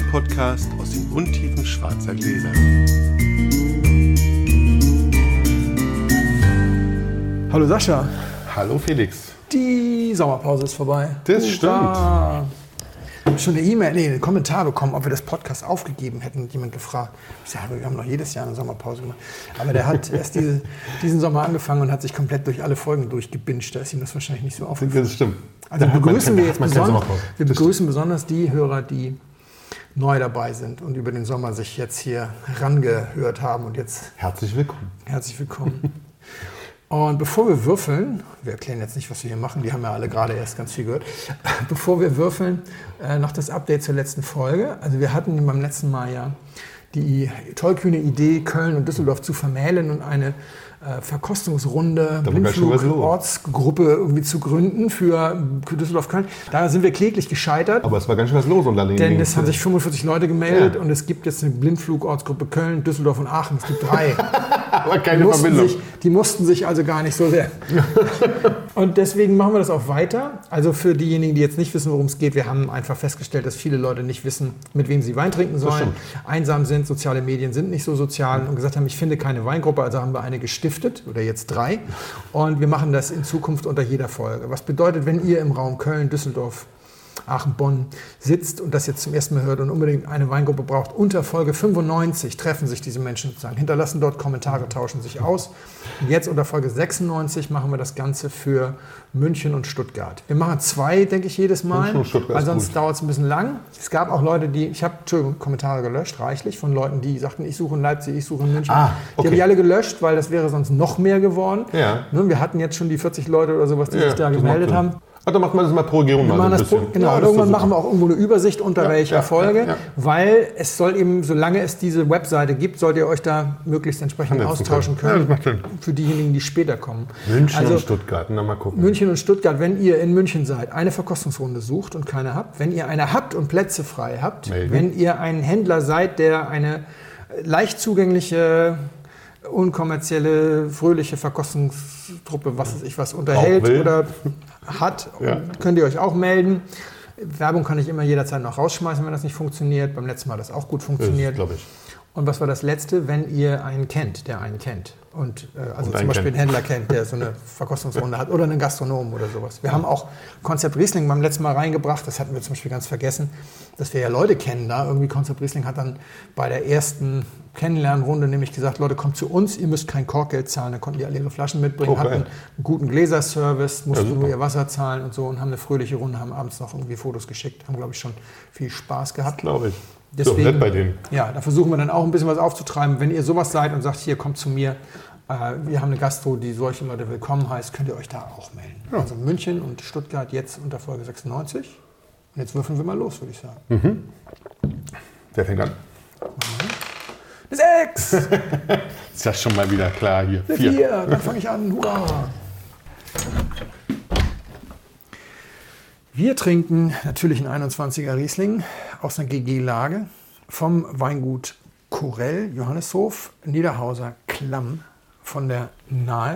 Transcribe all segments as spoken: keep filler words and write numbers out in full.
Wein-Podcast aus den Untiefen schwarzer Gläser. Hallo Sascha. Hallo Felix. Die Sommerpause ist vorbei. Das Hurra. Stimmt. Schon eine E-Mail, nee, einen Kommentar bekommen, ob wir das Podcast aufgegeben hätten, hat jemand gefragt. Ich sage, wir haben noch jedes Jahr eine Sommerpause gemacht. Aber der hat erst diese, diesen Sommer angefangen und hat sich komplett durch alle Folgen durchgebinscht. Da ist ihm das wahrscheinlich nicht so aufgefallen. Das stimmt. Also da begrüßen keine, wir jetzt besonders, wir das begrüßen besonders die Hörer, die neu dabei sind und über den Sommer sich jetzt hier rangehört haben. Und jetzt herzlich willkommen. Herzlich willkommen. Und bevor wir würfeln, wir erklären jetzt nicht, was wir hier machen, die haben ja alle gerade erst ganz viel gehört. Bevor wir würfeln, äh, noch das Update zur letzten Folge. Also wir hatten beim letzten Mal ja die tollkühne Idee, Köln und Düsseldorf zu vermählen und eine äh, Verkostungsrunde, Blindflug-Ortsgruppe irgendwie zu gründen für Düsseldorf-Köln. Da sind wir kläglich gescheitert. Aber es war ganz schön was los unter den Denn es haben sich fünfundvierzig Leute gemeldet ja. und es gibt jetzt eine Blindflug-Ortsgruppe Köln, Düsseldorf und Aachen. Es gibt drei. Aber keine die Verbindung. Sich, die mussten sich also gar nicht so sehr. Und deswegen machen wir das auch weiter. Also für diejenigen, die jetzt nicht wissen, worum es geht, wir haben einfach festgestellt, dass viele Leute nicht wissen, mit wem sie Wein trinken sollen, einsam sind, soziale Medien sind nicht so sozial und gesagt haben, ich finde keine Weingruppe, also haben wir eine gestiftet oder jetzt drei. Und wir machen das in Zukunft unter jeder Folge. Was bedeutet, wenn ihr im Raum Köln, Düsseldorf, Aachen, Bonn sitzt und das jetzt zum ersten Mal hört und unbedingt eine Weingruppe braucht, unter Folge fünfundneunzig treffen sich diese Menschen sozusagen, hinterlassen dort Kommentare, tauschen sich aus. Und jetzt unter Folge sechsundneunzig machen wir das Ganze für München und Stuttgart. Wir machen zwei, denke ich, jedes Mal, weil sonst dauert es ein bisschen lang. Es gab auch Leute, die, ich habe, Entschuldigung, Kommentare gelöscht, reichlich, von Leuten, die sagten, ich suche in Leipzig, ich suche in München. Ah, okay. Die habe ich alle gelöscht, weil das wäre sonst noch mehr geworden. Ja. Wir hatten jetzt schon die vierzig Leute oder sowas, die ja, sich da gemeldet haben. Ach, dann macht man das mal pro Region mal so ein bisschen. Pro, genau, ja, irgendwann machen wir auch irgendwo eine Übersicht, unter ja, welcher ja, Folge, ja, ja. Weil es soll eben, solange es diese Webseite gibt, sollt ihr euch da möglichst entsprechend austauschen können. Ja, können für diejenigen, die später kommen. München also, und Stuttgart, na mal gucken. München und Stuttgart, wenn ihr in München seid, eine Verkostungsrunde sucht und keine habt, wenn ihr eine habt und Plätze frei habt, Melden. Wenn ihr ein Händler seid, der eine leicht zugängliche, unkommerzielle, fröhliche Verkostungstruppe, was weiß ich was, unterhält oder hat, ja. Könnt ihr euch auch melden. Werbung kann ich immer jederzeit noch rausschmeißen, wenn das nicht funktioniert. Beim letzten Mal hat das auch gut funktioniert. glaube ich. Und was war das Letzte? Wenn ihr einen kennt, der einen kennt. Und, äh, also und zum Beispiel kennt. einen Händler kennt, der so eine Verkostungsrunde hat oder einen Gastronomen oder sowas. Wir haben auch Konzept Riesling beim letzten Mal reingebracht, das hatten wir zum Beispiel ganz vergessen, dass wir ja Leute kennen da. Irgendwie Konzept Riesling hat dann bei der ersten Kennenlernrunde nämlich gesagt, Leute, kommt zu uns, ihr müsst kein Korkgeld zahlen. Dann konnten die alle ihre Flaschen mitbringen, okay. Hatten einen guten Gläserservice, mussten ja, nur ihr Wasser zahlen und so und haben eine fröhliche Runde, haben abends noch irgendwie Fotos geschickt, haben, glaube ich, schon viel Spaß gehabt. Glaube ich. Deswegen, so nett bei denen. Ja, da versuchen wir dann auch ein bisschen was aufzutreiben. Wenn ihr sowas seid und sagt, hier, kommt zu mir, äh, wir haben eine Gastro, die solche Leute willkommen heißt, könnt ihr euch da auch melden. Ja. Also München und Stuttgart jetzt unter Folge sechsundneunzig. Und jetzt würfeln wir mal los, würde ich sagen. Mhm. Wer fängt an? Mhm. Sechs! Ist ja schon mal wieder klar hier. Vier, Vier. Dann fange ich an. Hurra! Wir trinken natürlich einen einundzwanziger Riesling aus einer G G-Lage vom Weingut Korell, Johanneshof, Niederhauser Klamm von der Nahe.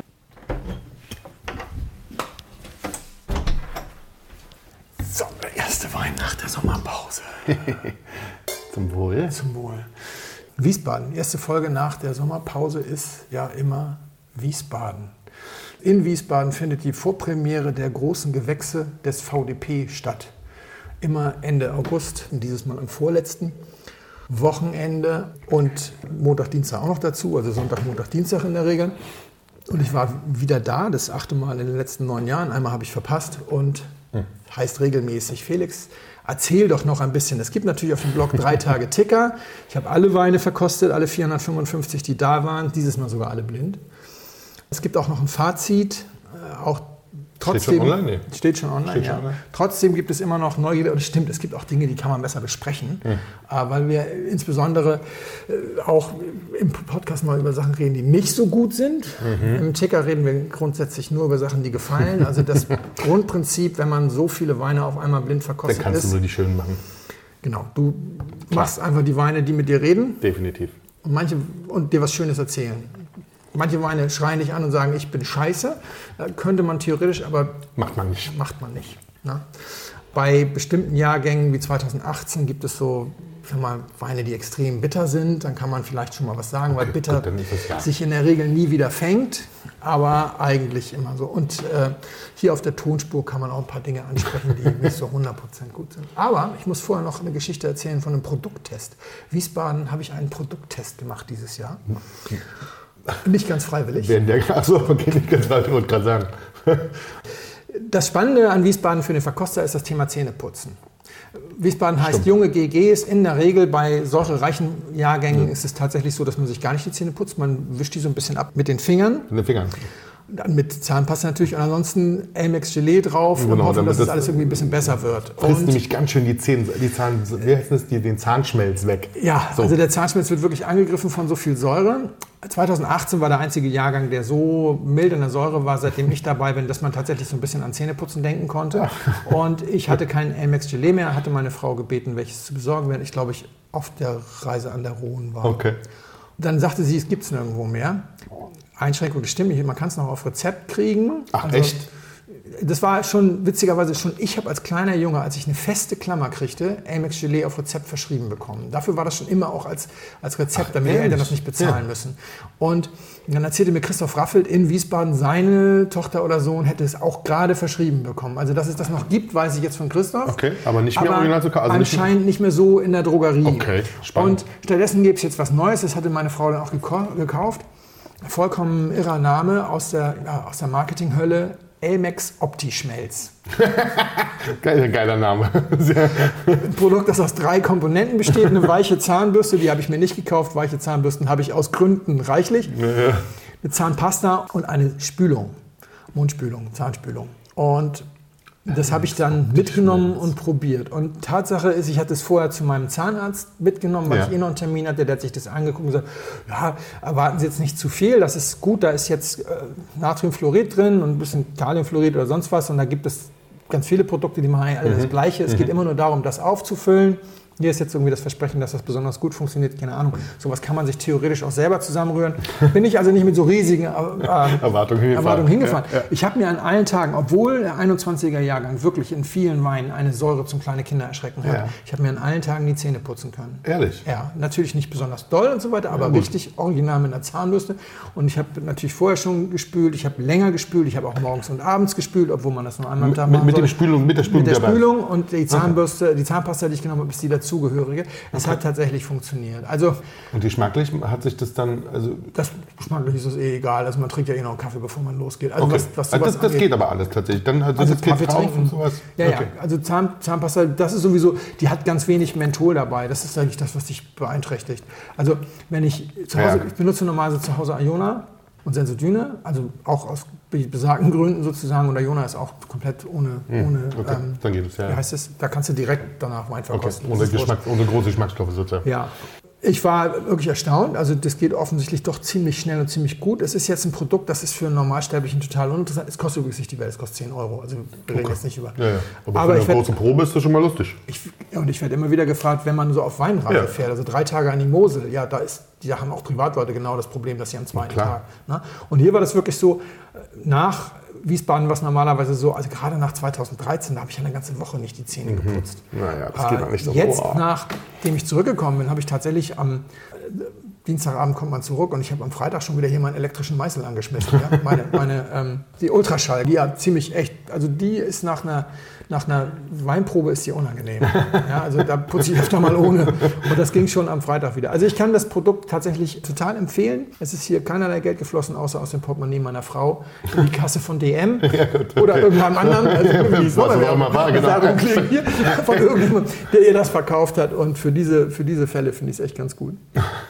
So, der erste Wein nach der Sommerpause. Zum Wohl. Zum Wohl. Wiesbaden. Erste Folge nach der Sommerpause ist ja immer Wiesbaden. In Wiesbaden findet die Vorpremiere der großen Gewächse des V D P statt. Immer Ende August, dieses Mal am vorletzten Wochenende und Montag, Dienstag auch noch dazu, also Sonntag, Montag, Dienstag in der Regel. Und ich war wieder da, das achte Mal in den letzten neun Jahren. Einmal habe ich verpasst und hm. heißt regelmäßig, Felix, erzähl doch noch ein bisschen. Es gibt natürlich auf dem Blog drei Tage Ticker. Ich habe alle Weine verkostet, alle vierhundertfünfundfünfzig, die da waren, dieses Mal sogar alle blind. Es gibt auch noch ein Fazit, auch trotzdem, steht schon online? Nee. Steht schon online, steht ja. schon online. Trotzdem gibt es immer noch Neugierde und es stimmt, es gibt auch Dinge, die kann man besser besprechen, mhm. weil wir insbesondere auch im Podcast mal über Sachen reden, die nicht so gut sind. Mhm. Im Ticker reden wir grundsätzlich nur über Sachen, die gefallen. Also das Grundprinzip, wenn man so viele Weine auf einmal blind verkostet ist. Dann kannst ist, du nur die schönen machen. Genau, du machst einfach die Weine, die mit dir reden. Definitiv. Und, manche, und dir was Schönes erzählen. Manche Weine schreien dich an und sagen, ich bin scheiße. Könnte man theoretisch, aber macht man nicht. Macht man nicht. Ne? Bei bestimmten Jahrgängen wie zweitausendachtzehn gibt es so sag mal, Weine, die extrem bitter sind, dann kann man vielleicht schon mal was sagen, okay, weil bitter gut, dann ist das ja. sich in der Regel nie wieder fängt, aber eigentlich immer so. Und äh, hier auf der Tonspur kann man auch ein paar Dinge ansprechen, die nicht so hundert Prozent gut sind. Aber ich muss vorher noch eine Geschichte erzählen von einem Produkttest. Wiesbaden habe ich einen Produkttest gemacht dieses Jahr. Nicht ganz freiwillig. Achso, okay, nicht ganz freiwillig, ich wollte gerade sagen. Das Spannende an Wiesbaden für den Verkoster ist das Thema Zähneputzen. Wiesbaden heißt Stimmt. junge G Gs. In der Regel bei säurereichen Jahrgängen mhm. ist es tatsächlich so, dass man sich gar nicht die Zähne putzt. Man wischt die so ein bisschen ab mit den Fingern. Mit den Fingern. Dann mit Zahnpasta natürlich und ansonsten Elmex Gelee drauf genau, und hoffen, dass das alles irgendwie ein bisschen besser wird. Frisst nämlich ganz schön die Zähne, die Zahn, wie heißt das, die, den Zahnschmelz weg. Ja, so. Also der Zahnschmelz wird wirklich angegriffen von so viel Säure. zweitausendachtzehn war der einzige Jahrgang, der so mild in der Säure war, seitdem ich dabei bin, dass man tatsächlich so ein bisschen an Zähneputzen denken konnte. Und ich hatte kein Elmex Gelee mehr, hatte meine Frau gebeten, welches zu besorgen, während ich, glaube ich, auf der Reise an der Rhone war. Okay. Dann sagte sie, es gibt es nirgendwo mehr. Einschränkung, das stimmt nicht, man kann es noch auf Rezept kriegen. Ach, also, echt? Das war schon, witzigerweise schon, ich habe als kleiner Junge, als ich eine feste Klammer kriegte, Elmex Gelee auf Rezept verschrieben bekommen. Dafür war das schon immer auch als, als Rezept, Ach, damit die Eltern das nicht bezahlen ja. müssen. Und dann erzählte mir Christoph Raffelt in Wiesbaden, seine Tochter oder Sohn hätte es auch gerade verschrieben bekommen. Also, dass es das noch gibt, weiß ich jetzt von Christoph. Okay, aber nicht mehr aber original zu kaufen. Also anscheinend nicht, nicht mehr so in der Drogerie. Okay, spannend. Und stattdessen gibt es jetzt was Neues, das hatte meine Frau dann auch gekauft. Vollkommen irrer Name aus der, ja, aus der Marketinghölle. Elmex Opti-Schmelz. Geiler, geiler Name. Ein Produkt, das aus drei Komponenten besteht. Eine weiche Zahnbürste, die habe ich mir nicht gekauft. Weiche Zahnbürsten habe ich aus Gründen reichlich. Ja. Eine Zahnpasta und eine Spülung. Mundspülung, Zahnspülung. Und das habe ich dann mitgenommen und probiert. Und Tatsache ist, ich hatte es vorher zu meinem Zahnarzt mitgenommen, weil ja. ich eh noch einen Termin hatte. Der hat sich das angeguckt und gesagt, ja, erwarten Sie jetzt nicht zu viel. Das ist gut, da ist jetzt äh, Natriumfluorid drin und ein bisschen Kaliumfluorid oder sonst was. Und da gibt es ganz viele Produkte, die machen alle mhm. das Gleiche. Es mhm. geht immer nur darum, das aufzufüllen. Hier ist jetzt irgendwie das Versprechen, dass das besonders gut funktioniert. Keine Ahnung. Sowas kann man sich theoretisch auch selber zusammenrühren. Bin ich also nicht mit so riesigen äh, Erwartungen hingefahren. Erwartung hingefahren. Ja, ja. Ich habe mir an allen Tagen, obwohl der einundzwanziger Jahrgang wirklich in vielen Weinen eine Säure zum kleine Kinder erschrecken hat, ja. ich habe mir an allen Tagen die Zähne putzen können. Ehrlich? Ja, natürlich nicht besonders doll und so weiter, aber ja, richtig original mit einer Zahnbürste. Und ich habe natürlich vorher schon gespült, ich habe länger gespült, ich habe auch morgens und abends gespült, obwohl man das nur einmal am Tag machen mit, soll. Mit, dem Spülung, mit der Spülung? Mit der Spülung und die Zahnbürste, die Zahnpasta, die ich genommen habe, ist die dazugehörige. Es okay. hat tatsächlich funktioniert. Also, und geschmacklich hat sich das dann... Also das geschmacklich ist es eh egal. Also man trinkt ja eh noch einen Kaffee, bevor man losgeht. Also okay. was, was also das, das geht aber alles tatsächlich. Dann also das Kaffee trinken und sowas. Ja, okay. ja. Also Zahn, Zahnpasta, das ist sowieso, die hat ganz wenig Menthol dabei. Das ist eigentlich das, was dich beeinträchtigt. Also wenn ich zu Hause, ja. ich benutze normalerweise zu Hause Iona und Sensodyne, also auch aus besagten Gründen sozusagen. Und Iona ist auch komplett ohne, hm. ohne okay. ähm, dann geht es, ja. Wie heißt es? Da kannst du direkt danach Wein verkosten. Okay. Ohne, Geschmack, ohne große Geschmacksstoffe sozusagen. Ja. Ich war wirklich erstaunt. Also das geht offensichtlich doch ziemlich schnell und ziemlich gut. Es ist jetzt ein Produkt, das ist für einen Normalsterblichen total uninteressant. Es kostet übrigens nicht die Welt, es kostet zehn Euro. Also wir reden okay. jetzt nicht über... Ja, ja. Aber, Aber für eine eine große Probe ist das schon mal lustig. Ich, und ich werde immer wieder gefragt, wenn man so auf Weinreise ja. fährt, also drei Tage an die Mosel, ja, da ist, die haben auch Privatleute genau das Problem, dass sie am zweiten Tag... Ne? Und hier war das wirklich so, nach... Wiesbaden, was normalerweise so, also gerade nach zweitausenddreizehn, da habe ich eine ganze Woche nicht die Zähne mhm. geputzt. Naja, das geht äh, auch nicht so. Jetzt, oh. nachdem ich zurückgekommen bin, habe ich tatsächlich am äh, Dienstagabend kommt man zurück und ich habe am Freitag schon wieder hier meinen elektrischen Meißel angeschmissen. Ja? Meine, meine, ähm, die Ultraschall, die ja ziemlich echt, also die ist nach einer, nach einer Weinprobe ist die unangenehm. Ja, also da putze ich öfter mal ohne. Und das ging schon am Freitag wieder. Also ich kann das Produkt tatsächlich total empfehlen. Es ist hier keinerlei Geld geflossen, außer aus dem Portemonnaie meiner Frau in die Kasse von D M ja, gut, oder okay. irgendeinem anderen. Also irgendwie was auch immer war, genau. Hier, von irgendjemandem, der ihr das verkauft hat. Und für diese, für diese Fälle finde ich es echt ganz gut.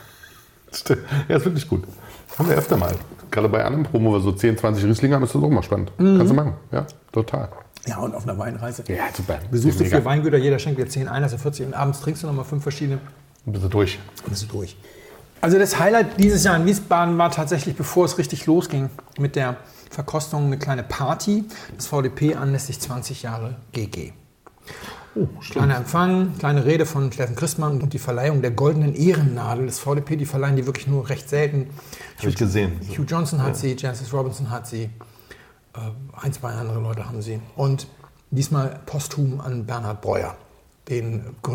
Ja, ist wirklich gut. Haben wir öfter mal. Gerade bei anderen Proben, wo wir so zehn, zwanzig Rieslinge haben, ist das auch mal spannend. Mhm. Kannst du machen. Ja, total. Ja, und auf einer Weinreise. Ja, super. Besuchst du vier Weingüter, jeder schenkt dir zehn ein, also vierzig und abends trinkst du nochmal fünf verschiedene. Dann bist du durch. Dann bist du durch. Also das Highlight dieses Jahr in Wiesbaden war tatsächlich, bevor es richtig losging mit der Verkostung, eine kleine Party. Das V D P anlässlich zwanzig Jahre G G. Oh, kleiner Empfang, kleine Rede von Steffen Christmann und die Verleihung der goldenen Ehrennadel des V D P. Die verleihen die wirklich nur recht selten. Habe ich gesehen. Hugh Johnson hat ja. sie, Jancis Robinson hat sie, äh, ein, zwei andere Leute haben sie. Und diesmal posthum an Bernhard Breuer, den Gründer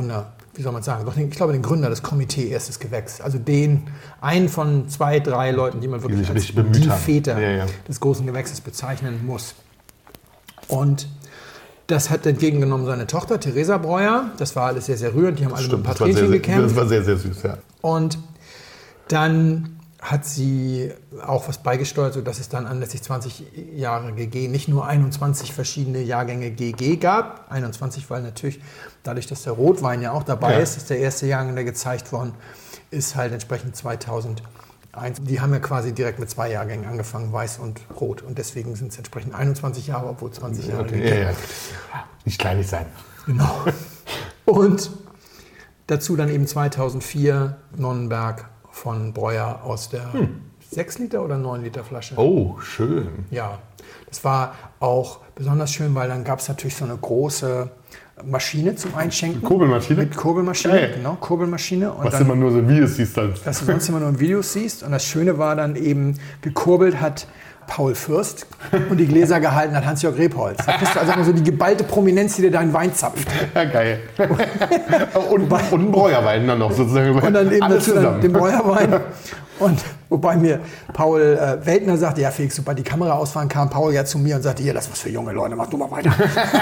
wie soll man sagen, doch den, ich glaube den Gründer des Komitee Erstes Gewächs. Also den, einen von zwei, drei Leuten, die man wirklich die als die Väter ja, ja. des großen Gewächses bezeichnen muss. Und das hat entgegengenommen seine Tochter, Theresa Breuer. Das war alles sehr, sehr rührend. Die haben alle Stimmt, mit ein paar Tränchen sehr, gekämpft. Das war sehr, sehr süß, ja. Und dann hat sie auch was beigesteuert, sodass es dann anlässlich zwanzig Jahre G G nicht nur einundzwanzig verschiedene Jahrgänge G G gab. einundzwanzig, weil natürlich dadurch, dass der Rotwein ja auch dabei ja. ist, ist der erste Jahrgang, der gezeigt worden ist, halt entsprechend zweitausendeins. Die haben ja quasi direkt mit zwei Jahrgängen angefangen, Weiß und Rot. Und deswegen sind es entsprechend einundzwanzig Jahre, obwohl zwanzig Jahre okay. ja, ja. Nicht kleinlich sein. Genau. Und dazu dann eben zweitausendvier Nonnenberg von Breuer aus der hm. sechs Liter oder neun Liter Flasche. Oh, schön. Ja, das war auch besonders schön, weil dann gab es natürlich so eine große Maschine zum Einschenken. Kurbelmaschine? Mit Kurbelmaschine, hey. genau, Kurbelmaschine. Und was dann, immer nur so in Videos siehst dann. Was du sonst immer nur in Videos siehst. Und das Schöne war dann eben, gekurbelt hat Paul Fürst und die Gläser gehalten hat Hans-Jörg Rebholz. Da kriegst du also immer so die geballte Prominenz, die dir deinen Wein zapft. Ja, geil. und, und einen Breuerwein dann noch sozusagen. Und dann eben dazu dann den Breuerwein. Und wobei mir Paul äh, Weltner sagte, ja Felix, sobald die Kamera ausfahren, kam Paul ja zu mir und sagte, hier, das ist was für junge Leute, mach du mal weiter.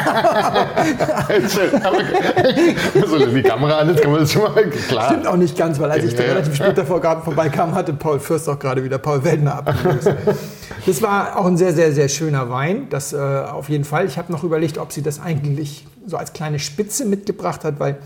So, die Kamera an ist, kann man das schon mal, klar. Stimmt auch nicht ganz, weil als ich da relativ spät davor vorbeikam, hatte Paul Fürst auch gerade wieder Paul Weltner abgelöst. Das war auch ein sehr, sehr, sehr schöner Wein, das äh, auf jeden Fall. Ich habe noch überlegt, ob sie das eigentlich so als kleine Spitze mitgebracht hat, weil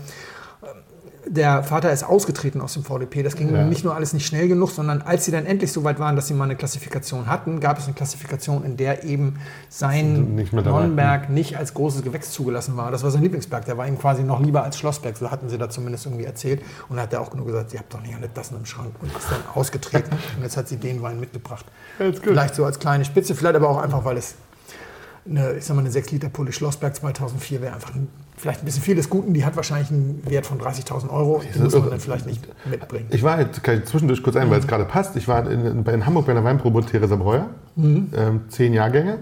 der Vater ist ausgetreten aus dem V D P. Das ging ja. nicht nur alles nicht schnell genug, sondern als sie dann endlich so weit waren, dass sie mal eine Klassifikation hatten, gab es eine Klassifikation, in der eben sein nicht Nonnenberg nicht als großes Gewächs zugelassen war. Das war sein Lieblingsberg. Der war ihm quasi noch lieber als Schlossberg. So hatten sie da zumindest irgendwie erzählt. Und da hat er auch nur gesagt, ihr habt doch nicht alle das im Schrank. Und ist dann ausgetreten. Und jetzt hat sie den Wein mitgebracht. Vielleicht so als kleine Spitze, vielleicht aber auch einfach, weil es eine, ich sag mal, eine sechs Liter Pulle Schlossberg zweitausendvier wäre einfach ein, vielleicht ein bisschen viel des Guten. Die hat wahrscheinlich einen Wert von dreißigtausend Euro. Die muss man dann vielleicht nicht mitbringen. Ich war jetzt, kann ich zwischendurch kurz ein, mhm. weil es gerade passt. Ich war in, in Hamburg bei einer Weinprobe Theresa Breuer. Mhm. Ähm, zehn Jahrgänge.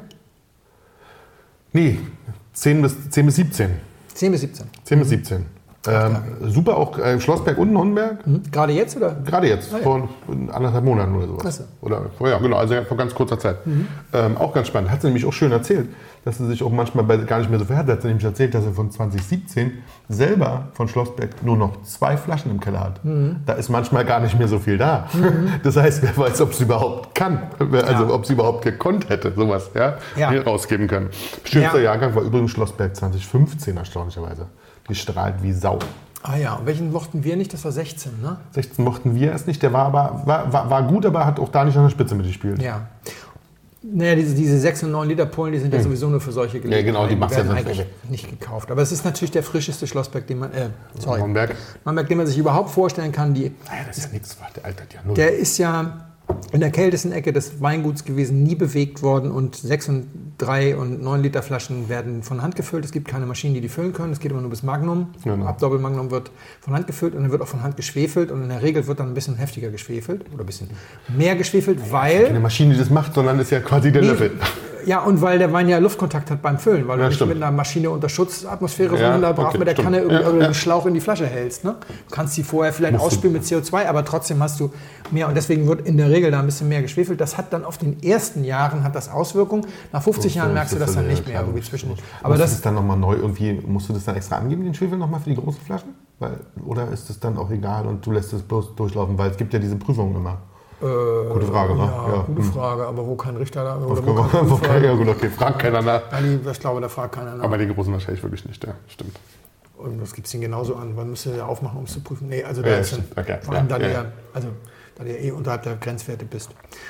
Nee, zehn bis siebzehn. zehn bis siebzehn. zehn bis siebzehn. Ähm, super auch äh, Schlossberg und Nonnenberg. Mhm. Gerade jetzt oder? Gerade jetzt, ah, ja. vor anderthalb Monaten oder sowas. So. Oder ja, genau, also vor ganz kurzer Zeit. Mhm. Ähm, auch ganz spannend. Hat sie nämlich auch schön erzählt, dass sie sich auch manchmal bei, gar nicht mehr so verhält. Hat sie nämlich erzählt, dass sie von zwanzig siebzehn selber von Schlossberg nur noch zwei Flaschen im Keller hat. Mhm. Da ist manchmal gar nicht mehr so viel da. Mhm. Das heißt, wer weiß, ob sie überhaupt kann. Also ja. ob sie überhaupt gekonnt hätte, sowas ja, ja. hier rausgeben können. Schönster ja. Jahrgang war übrigens Schlossberg zwanzig fünfzehn, erstaunlicherweise. Gestrahlt wie Sau. Ah ja, und welchen mochten wir nicht? Das war sechzehn, ne? sechzehn mochten wir erst nicht. Der war aber war, war, war gut, aber hat auch da nicht an der Spitze mitgespielt. Ja. Naja, diese, diese sechs und neun Liter Pullen, die sind ja hm. sowieso nur für solche Gelegenheiten. Ja, genau, die, die werden eigentlich nicht gekauft. Aber es ist natürlich der frischeste Schlossberg, den man, äh, sorry, Nonnenberg. Nonnenberg, den man sich überhaupt vorstellen kann. Die, naja, das ist ja nichts, der altert ja null. Der ist ja in der kältesten Ecke des Weinguts gewesen, nie bewegt worden und sechs und drei und neun Liter Flaschen werden von Hand gefüllt. Es gibt keine Maschinen, die die füllen können. Es geht immer nur bis Magnum. Genau. Ab Doppelmagnum wird von Hand gefüllt und dann wird auch von Hand geschwefelt und in der Regel wird dann ein bisschen heftiger geschwefelt oder ein bisschen mehr geschwefelt, weil... Keine Maschine, die das macht, sondern ist ja quasi der nee, Löffel. Ja, und weil der Wein ja Luftkontakt hat beim Füllen, weil ja, du nicht stimmt. mit einer Maschine unter Schutzatmosphäre, ja, sondern da brav okay, mit der stimmt. Kanne irgendwie ja, ja. den Schlauch in die Flasche hältst. Ne? Du kannst die vorher vielleicht Musst ausspülen mit C O zwei, aber trotzdem hast du mehr und deswegen wird in der Regel da ein bisschen mehr geschwefelt. Das hat dann auf den ersten Jahren hat das Auswirkungen. Nach fünfzig Jahren merkst du das dann nicht mehr irgendwie zwischen. Aber das ist dann nochmal neu irgendwie, musst du das dann extra angeben, den Schwefel nochmal für die großen Flaschen? Weil, oder ist es dann auch egal und du lässt es bloß durchlaufen, weil es gibt ja diese Prüfungen immer. Äh, gute Frage, ja, ja, gute hm. Frage, aber wo kein Richter da oder wo kein wo kein, ja gut, okay, fragt keiner nach. Ich glaube, da fragt keiner nach. Aber den großen wahrscheinlich wirklich nicht, ja, stimmt. Und das gibt es ihn genauso an. Wann müsst ihr ja aufmachen, um es zu prüfen? Nee, also da ja, ist dann, okay. vor allem, ja, da, ja, du ja. ja, also, da du ja eh unterhalb der Grenzwerte bist.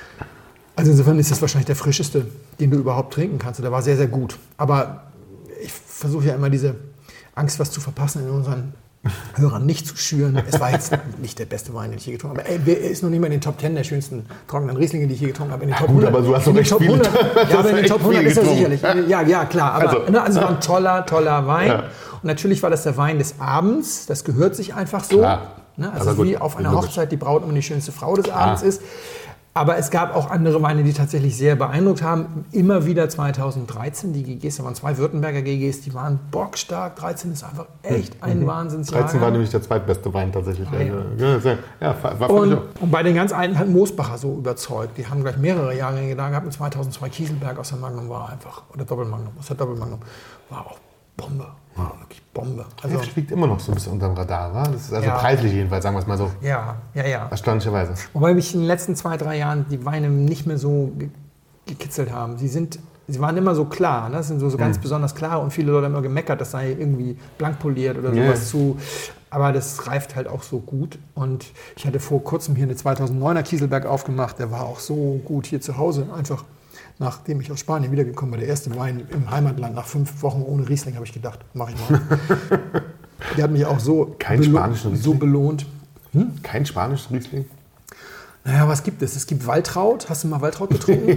Also insofern ist das wahrscheinlich der frischeste, den du überhaupt trinken kannst. Und der war sehr, sehr gut. Aber ich versuche ja immer diese Angst, was zu verpassen in unseren Hörern nicht zu schüren. Es war jetzt nicht der beste Wein, den ich je getrunken habe. Aber er ist noch nicht mal in den Top zehn der schönsten trockenen Rieslinge, die ich je getrunken habe. In den Top hundert. Gut, aber du hast doch recht viele. Ja, aber in den Top hundert ist er sicherlich. Ja, ja, klar. Aber also, ne, also war ein toller, toller Wein. Ja. Und natürlich war das der Wein des Abends. Das gehört sich einfach so. Klar. Ne, also wie auf einer Hochzeit die Braut immer die schönste Frau des Abends ist. Aber es gab auch andere Weine, die tatsächlich sehr beeindruckt haben. Immer wieder zweitausenddreizehn, die G Gs, da waren zwei Württemberger G Gs, die waren bockstark. dreizehn ist einfach echt ein mhm. Wahnsinnsjahr. dreizehn war nämlich der zweitbeste Wein tatsächlich. Ah, ja. Ja, ja, war, war und, und bei den ganz alten hat Moosbacher so überzeugt. Die haben gleich mehrere Jahrgänge da gehabt. Und zweitausendzwei Kieselberg aus der Magnum war einfach, oder Doppelmagnum, aus der Doppelmagnum, war auch Bombe. War wirklich Bombe. Also der fliegt immer noch so ein bisschen unter dem Radar, wa? Das ist also ja. preislich jedenfalls, sagen wir es mal so. Ja, ja, ja. Erstaunlicherweise. Wobei mich in den letzten zwei, drei Jahren die Weine nicht mehr so ge gekitzelt haben. Sie sind, sie waren immer so klar, ne? Das sind so, so ganz mhm. besonders klar und viele Leute haben immer gemeckert, das sei irgendwie blank poliert oder sowas yeah. zu. Aber das reift halt auch so gut. Und ich hatte vor kurzem hier eine zweitausenddneuner Kieselberg aufgemacht, der war auch so gut hier zu Hause. Einfach, nachdem ich aus Spanien wiedergekommen war, der erste Wein im Heimatland, nach fünf Wochen ohne Riesling, habe ich gedacht, mache ich mal. Der hat mich auch so, Kein belo so belohnt. Hm? Kein spanisches Riesling? Naja, was gibt es? Es gibt Waltraud. Hast du mal Waltraud getrunken?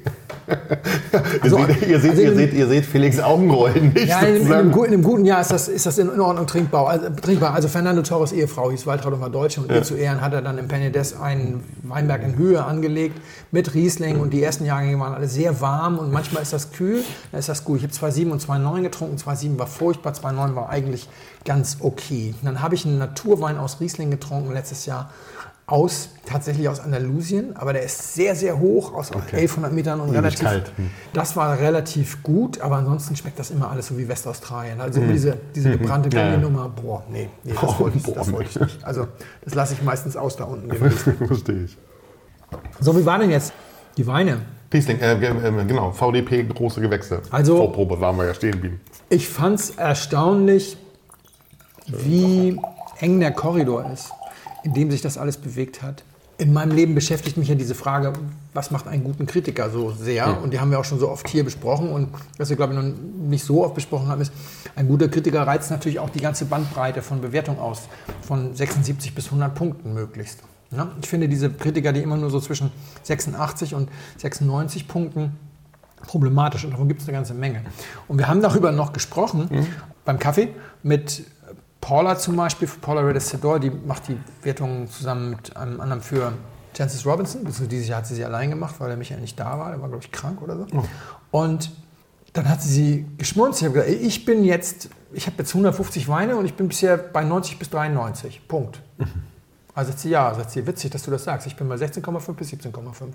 also, ihr, seht, ihr, seht, also ihr, seht, ihr seht Felix Augenrollen nicht. Ja, in, in, einem, in einem guten Jahr ist das, ist das in Ordnung trinkbar. Also, trinkbar. Also Fernando Torres Ehefrau hieß Waltraud und war Deutsche. Und ja. ihr zu Ehren hat er dann im Penedès einen Weinberg in Höhe angelegt mit Riesling. Und die ersten Jahrgänge waren alle sehr warm. Und manchmal ist das kühl, dann ist das gut. Ich habe zwei Komma sieben und zwei Komma neun getrunken. zwei Komma sieben war furchtbar, zwei Komma neun war eigentlich ganz okay. Und dann habe ich einen Naturwein aus Riesling getrunken letztes Jahr. Aus, tatsächlich aus Andalusien, aber der ist sehr, sehr hoch, aus okay. elfhundert Metern und relativ kalt. Hm. Das war relativ gut, aber ansonsten schmeckt das immer alles so wie Westaustralien. Also hm. diese, diese gebrannte Gummi-Nummer, boah, nee, nee das, oh, wollte ich, das wollte ich nicht. Also das lasse ich meistens aus da unten. Verstehe ich. So, wie war denn jetzt die Weine? Riesling, äh, genau, V D P, große Gewächse. Also, Vorprobe waren wir ja stehen geblieben. Ich fand es erstaunlich, wie eng der Korridor ist, in dem sich das alles bewegt hat. In meinem Leben beschäftigt mich ja diese Frage, was macht einen guten Kritiker so sehr? Mhm. Und die haben wir auch schon so oft hier besprochen. Und was wir, glaube ich, noch nicht so oft besprochen haben, ist, ein guter Kritiker reizt natürlich auch die ganze Bandbreite von Bewertung aus, von sechsundsiebzig bis hundert Punkten möglichst. Ja? Ich finde diese Kritiker, die immer nur so zwischen sechsundachtzig und sechsundneunzig Punkten, problematisch. Und davon gibt es eine ganze Menge. Und wir haben darüber noch gesprochen, mhm. beim Kaffee, mit Paula zum Beispiel, Paula Redessedor, die macht die Wertungen zusammen mit einem anderen für Jancis Robinson. Dieses Jahr hat sie sie allein gemacht, weil der Michael nicht da war. Der war, glaube ich, krank oder so. Oh. Und dann hat sie sie geschmunzt. Ich habe gesagt, ich bin jetzt, ich habe jetzt hundertfünfzig Weine und ich bin bisher bei neunzig bis dreiundneunzig. Punkt. Mhm. Also sagt sie, ja, sagt sie, witzig, dass du das sagst. Ich bin bei sechzehn Komma fünf bis siebzehn Komma fünf.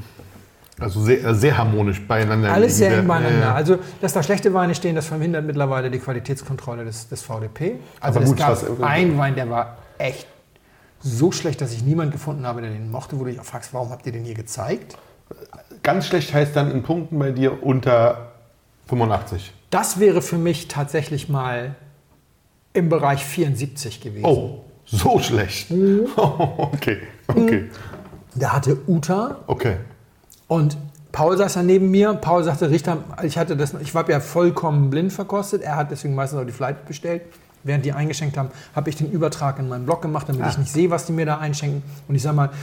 Also sehr, sehr harmonisch beieinander. Alles sehr eng beieinander. Ja, ja. Also, dass da schlechte Weine stehen, das verhindert mittlerweile die Qualitätskontrolle des, des V D P. Also gut, es gab was, einen Wein, der war echt so schlecht, dass ich niemanden gefunden habe, der den mochte, wo du dich auch fragst, warum habt ihr den hier gezeigt? Ganz schlecht heißt dann in Punkten bei dir unter fünfundachtzig. Das wäre für mich tatsächlich mal im Bereich vierundsiebzig gewesen. Oh, so schlecht. Mhm. Oh, okay, okay. Der hatte Uta. Okay. Und Paul saß da neben mir. Paul sagte, Richter, ich hatte das, ich war ja vollkommen blind verkostet. Er hat deswegen meistens auch die Flight bestellt. Während die eingeschenkt haben, habe ich den Übertrag in meinen Blog gemacht, damit ah. ich nicht sehe, was die mir da einschenken. Und ich sag mal,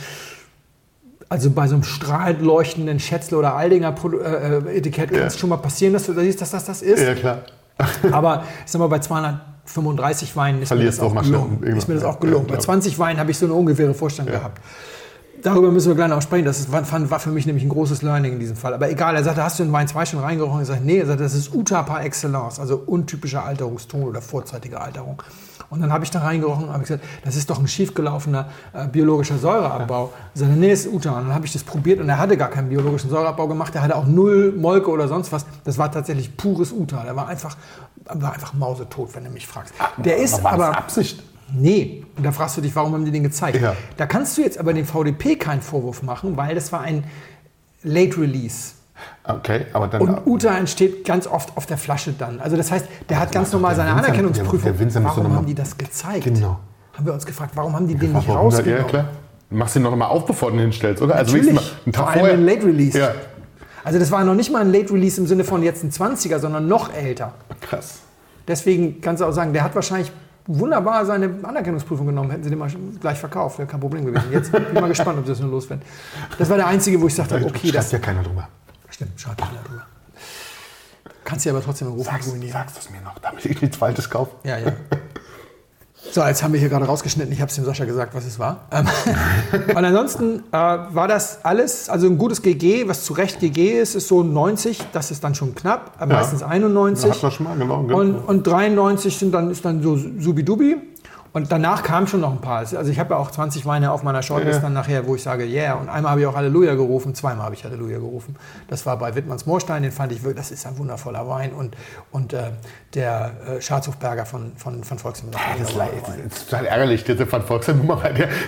also bei so einem strahlend leuchtenden Schätzle oder Aldinger äh, Etikett kann es ja schon mal passieren, dass du da siehst, dass das das ist. Ja, klar. Aber ich sag mal, bei zweihundertfünfunddreißig Weinen ist mir das auch gelungen. Ist mir das auch gelungen. Ja, bei zwanzig Weinen habe ich so eine ungefähre Vorstellung ja. gehabt. Darüber müssen wir gleich noch sprechen. Das ist, war, war für mich nämlich ein großes Learning in diesem Fall. Aber egal, er sagte, hast du in Wein zwei schon reingerochen? Ich sagte, nee, er sagte, das ist Uta par excellence, also untypischer Alterungston oder vorzeitige Alterung. Und dann habe ich da reingerochen und habe gesagt, das ist doch ein schiefgelaufener äh, biologischer Säureabbau. Er sagte, nee, das ist Uta. Und dann habe ich das probiert und er hatte gar keinen biologischen Säureabbau gemacht. Er hatte auch null Molke oder sonst was. Das war tatsächlich pures Uta. Der war einfach, war einfach mausetot, wenn du mich fragst. Der ist aber... War das Absicht? Nee, und da fragst du dich, warum haben die den gezeigt? Ja. Da kannst du jetzt aber dem V D P keinen Vorwurf machen, weil das war ein Late Release. Okay, aber dann... Und Uta entsteht ganz oft auf der Flasche dann. Also das heißt, der hat ganz normal seine Winzer, Anerkennungsprüfung. Der, der Winzer warum haben die das gezeigt? Genau. Haben wir uns gefragt, warum haben die den nicht rausgenommen? Ja, klar. Machst du ihn noch mal auf, bevor du ihn hinstellst, oder? Also natürlich, mal einen Tag vor allem vorher. ein Late Release. Ja. Also das war noch nicht mal ein Late Release im Sinne von jetzt ein zwanziger, sondern noch älter. Krass. Deswegen kannst du auch sagen, der hat wahrscheinlich wunderbar seine Anerkennungsprüfung genommen, hätten sie den mal gleich verkauft, wäre kein Problem gewesen. Jetzt bin ich mal gespannt, ob sie das nur loswerden. Das war der einzige, wo ich sagte, okay, das... Schreibt ja keiner drüber. Stimmt, schreibt keiner drüber. Kannst du aber trotzdem einen Ruf ruinieren. Sagst du es mir noch, damit ich nichts Falsches kaufe? Ja, ja. So, jetzt haben wir hier gerade rausgeschnitten. Ich habe es dem Sascha gesagt, was es war. Ähm, und ansonsten äh, war das alles, also ein gutes G G, was zu Recht G G ist, ist so neunzig. Das ist dann schon knapp, äh, meistens ja. einundneunzig. Hat man schon mal, genau. Und, und dreiundneunzig sind dann, ist dann so subidubi. Und danach kamen schon noch ein paar. Also ich habe ja auch zwanzig Weine auf meiner Shortlist ja. dann nachher, wo ich sage, yeah. Und einmal habe ich auch Halleluja gerufen, zweimal habe ich Halleluja gerufen. Das war bei Wittmanns Moorstein, den fand ich wirklich, das ist ein wundervoller Wein. Und, und äh, der äh, Scharzhofberger von, von, von Volkswagen. Das ist, das ist total ärgerlich, diese von Volkswagen Nummer.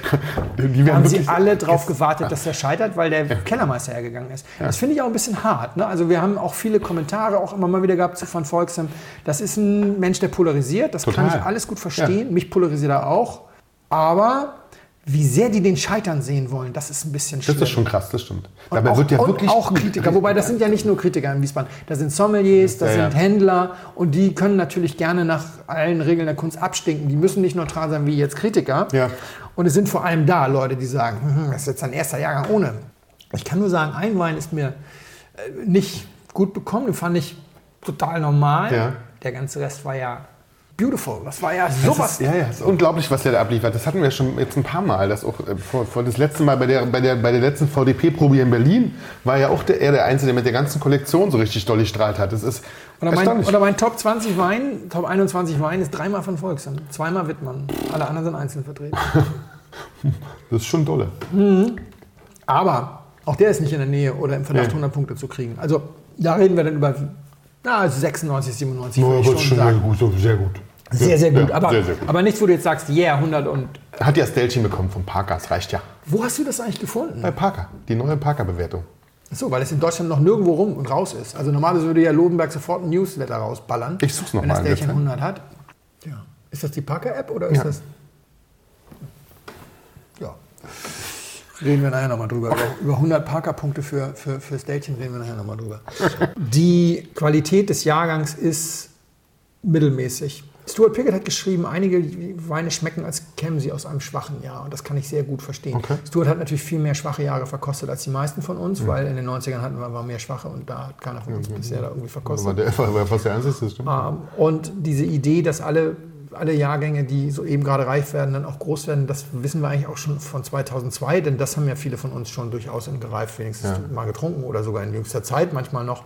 Die haben sie alle drauf gewartet, dass der scheitert, weil der ja. Kellermeister hergegangen ist. Ja. Das finde ich auch ein bisschen hart. Ne? Also wir haben auch viele Kommentare auch immer mal wieder gehabt zu Van Volksem. Das ist ein Mensch, der polarisiert. Das total. Kann ich alles gut verstehen. Ja. Mich polarisiert er auch. Aber wie sehr die den scheitern sehen wollen, das ist ein bisschen schwierig. Das ist schon krass, das stimmt. Und Dabei auch, wird ja und wirklich auch Kritiker. Wobei, das sind ja nicht nur Kritiker in Wiesbaden. Das sind Sommeliers, das ja, sind ja. Händler. Und die können natürlich gerne nach allen Regeln der Kunst abstinken. Die müssen nicht neutral sein wie jetzt Kritiker. Ja. Und es sind vor allem da Leute, die sagen, hm, das ist jetzt ein erster Jahrgang ohne. Ich kann nur sagen, ein Wein ist mir nicht gut bekommen. Den fand ich total normal. Ja. Der ganze Rest war ja beautiful. Das war ja sowas. Das ist, ja, ja, das ist unglaublich, was der da abliefert. Das hatten wir schon jetzt ein paar Mal. Das auch äh, vor, vor das letzte Mal bei der, bei der, bei der letzten V D P-Probe hier in Berlin war ja auch der, er der Einzige, der mit der ganzen Kollektion so richtig doll gestrahlt hat. Das ist oder mein, oder mein Top zwanzig Wein, Top einundzwanzig Wein ist dreimal von Volkswagen, zweimal Wittmann. Alle anderen sind einzeln vertreten. Das ist schon dolle. Mhm. Aber auch der ist nicht in der Nähe oder im Verdacht, nee. hundert Punkte zu kriegen. Also da reden wir dann über na, sechsundneunzig, siebenundneunzig. No, das ist schon sagen. Gut, sehr gut. Sehr, sehr gut. Ja, aber, sehr, sehr gut. aber nichts, wo du jetzt sagst, yeah, hundert und... Hat ja das Ställchen bekommen vom Parker, das reicht ja. Wo hast du das eigentlich gefunden? Bei Parker, die neue Parker-Bewertung. Achso, weil es in Deutschland noch nirgendwo rum und raus ist. Also normalerweise würde ja Lodenberg sofort ein Newsletter rausballern. Ich such's noch wenn mal. Wenn das Ställchen hundert hat. Ja. Ist das die Parker-App oder ist ja. das... Ja. Reden wir nachher nochmal drüber. Über, über hundert Parker-Punkte für, für, für Ställchen reden wir nachher nochmal drüber. Die Qualität des Jahrgangs ist mittelmäßig. Stuart Pickett hat geschrieben, einige Weine schmecken, als kämen sie aus einem schwachen Jahr. Und das kann ich sehr gut verstehen. Okay. Stuart hat natürlich viel mehr schwache Jahre verkostet als die meisten von uns, mhm. weil in den neunzigern hatten wir war mehr schwache und da hat keiner von uns mhm. bisher da irgendwie verkostet. Aber der war fast der Einzige, stimmt. Und diese Idee, dass alle, alle Jahrgänge, die so eben gerade reif werden, dann auch groß werden, das wissen wir eigentlich auch schon von zweitausendzwei, denn das haben ja viele von uns schon durchaus in gereift wenigstens ja. mal getrunken oder sogar in jüngster Zeit manchmal noch.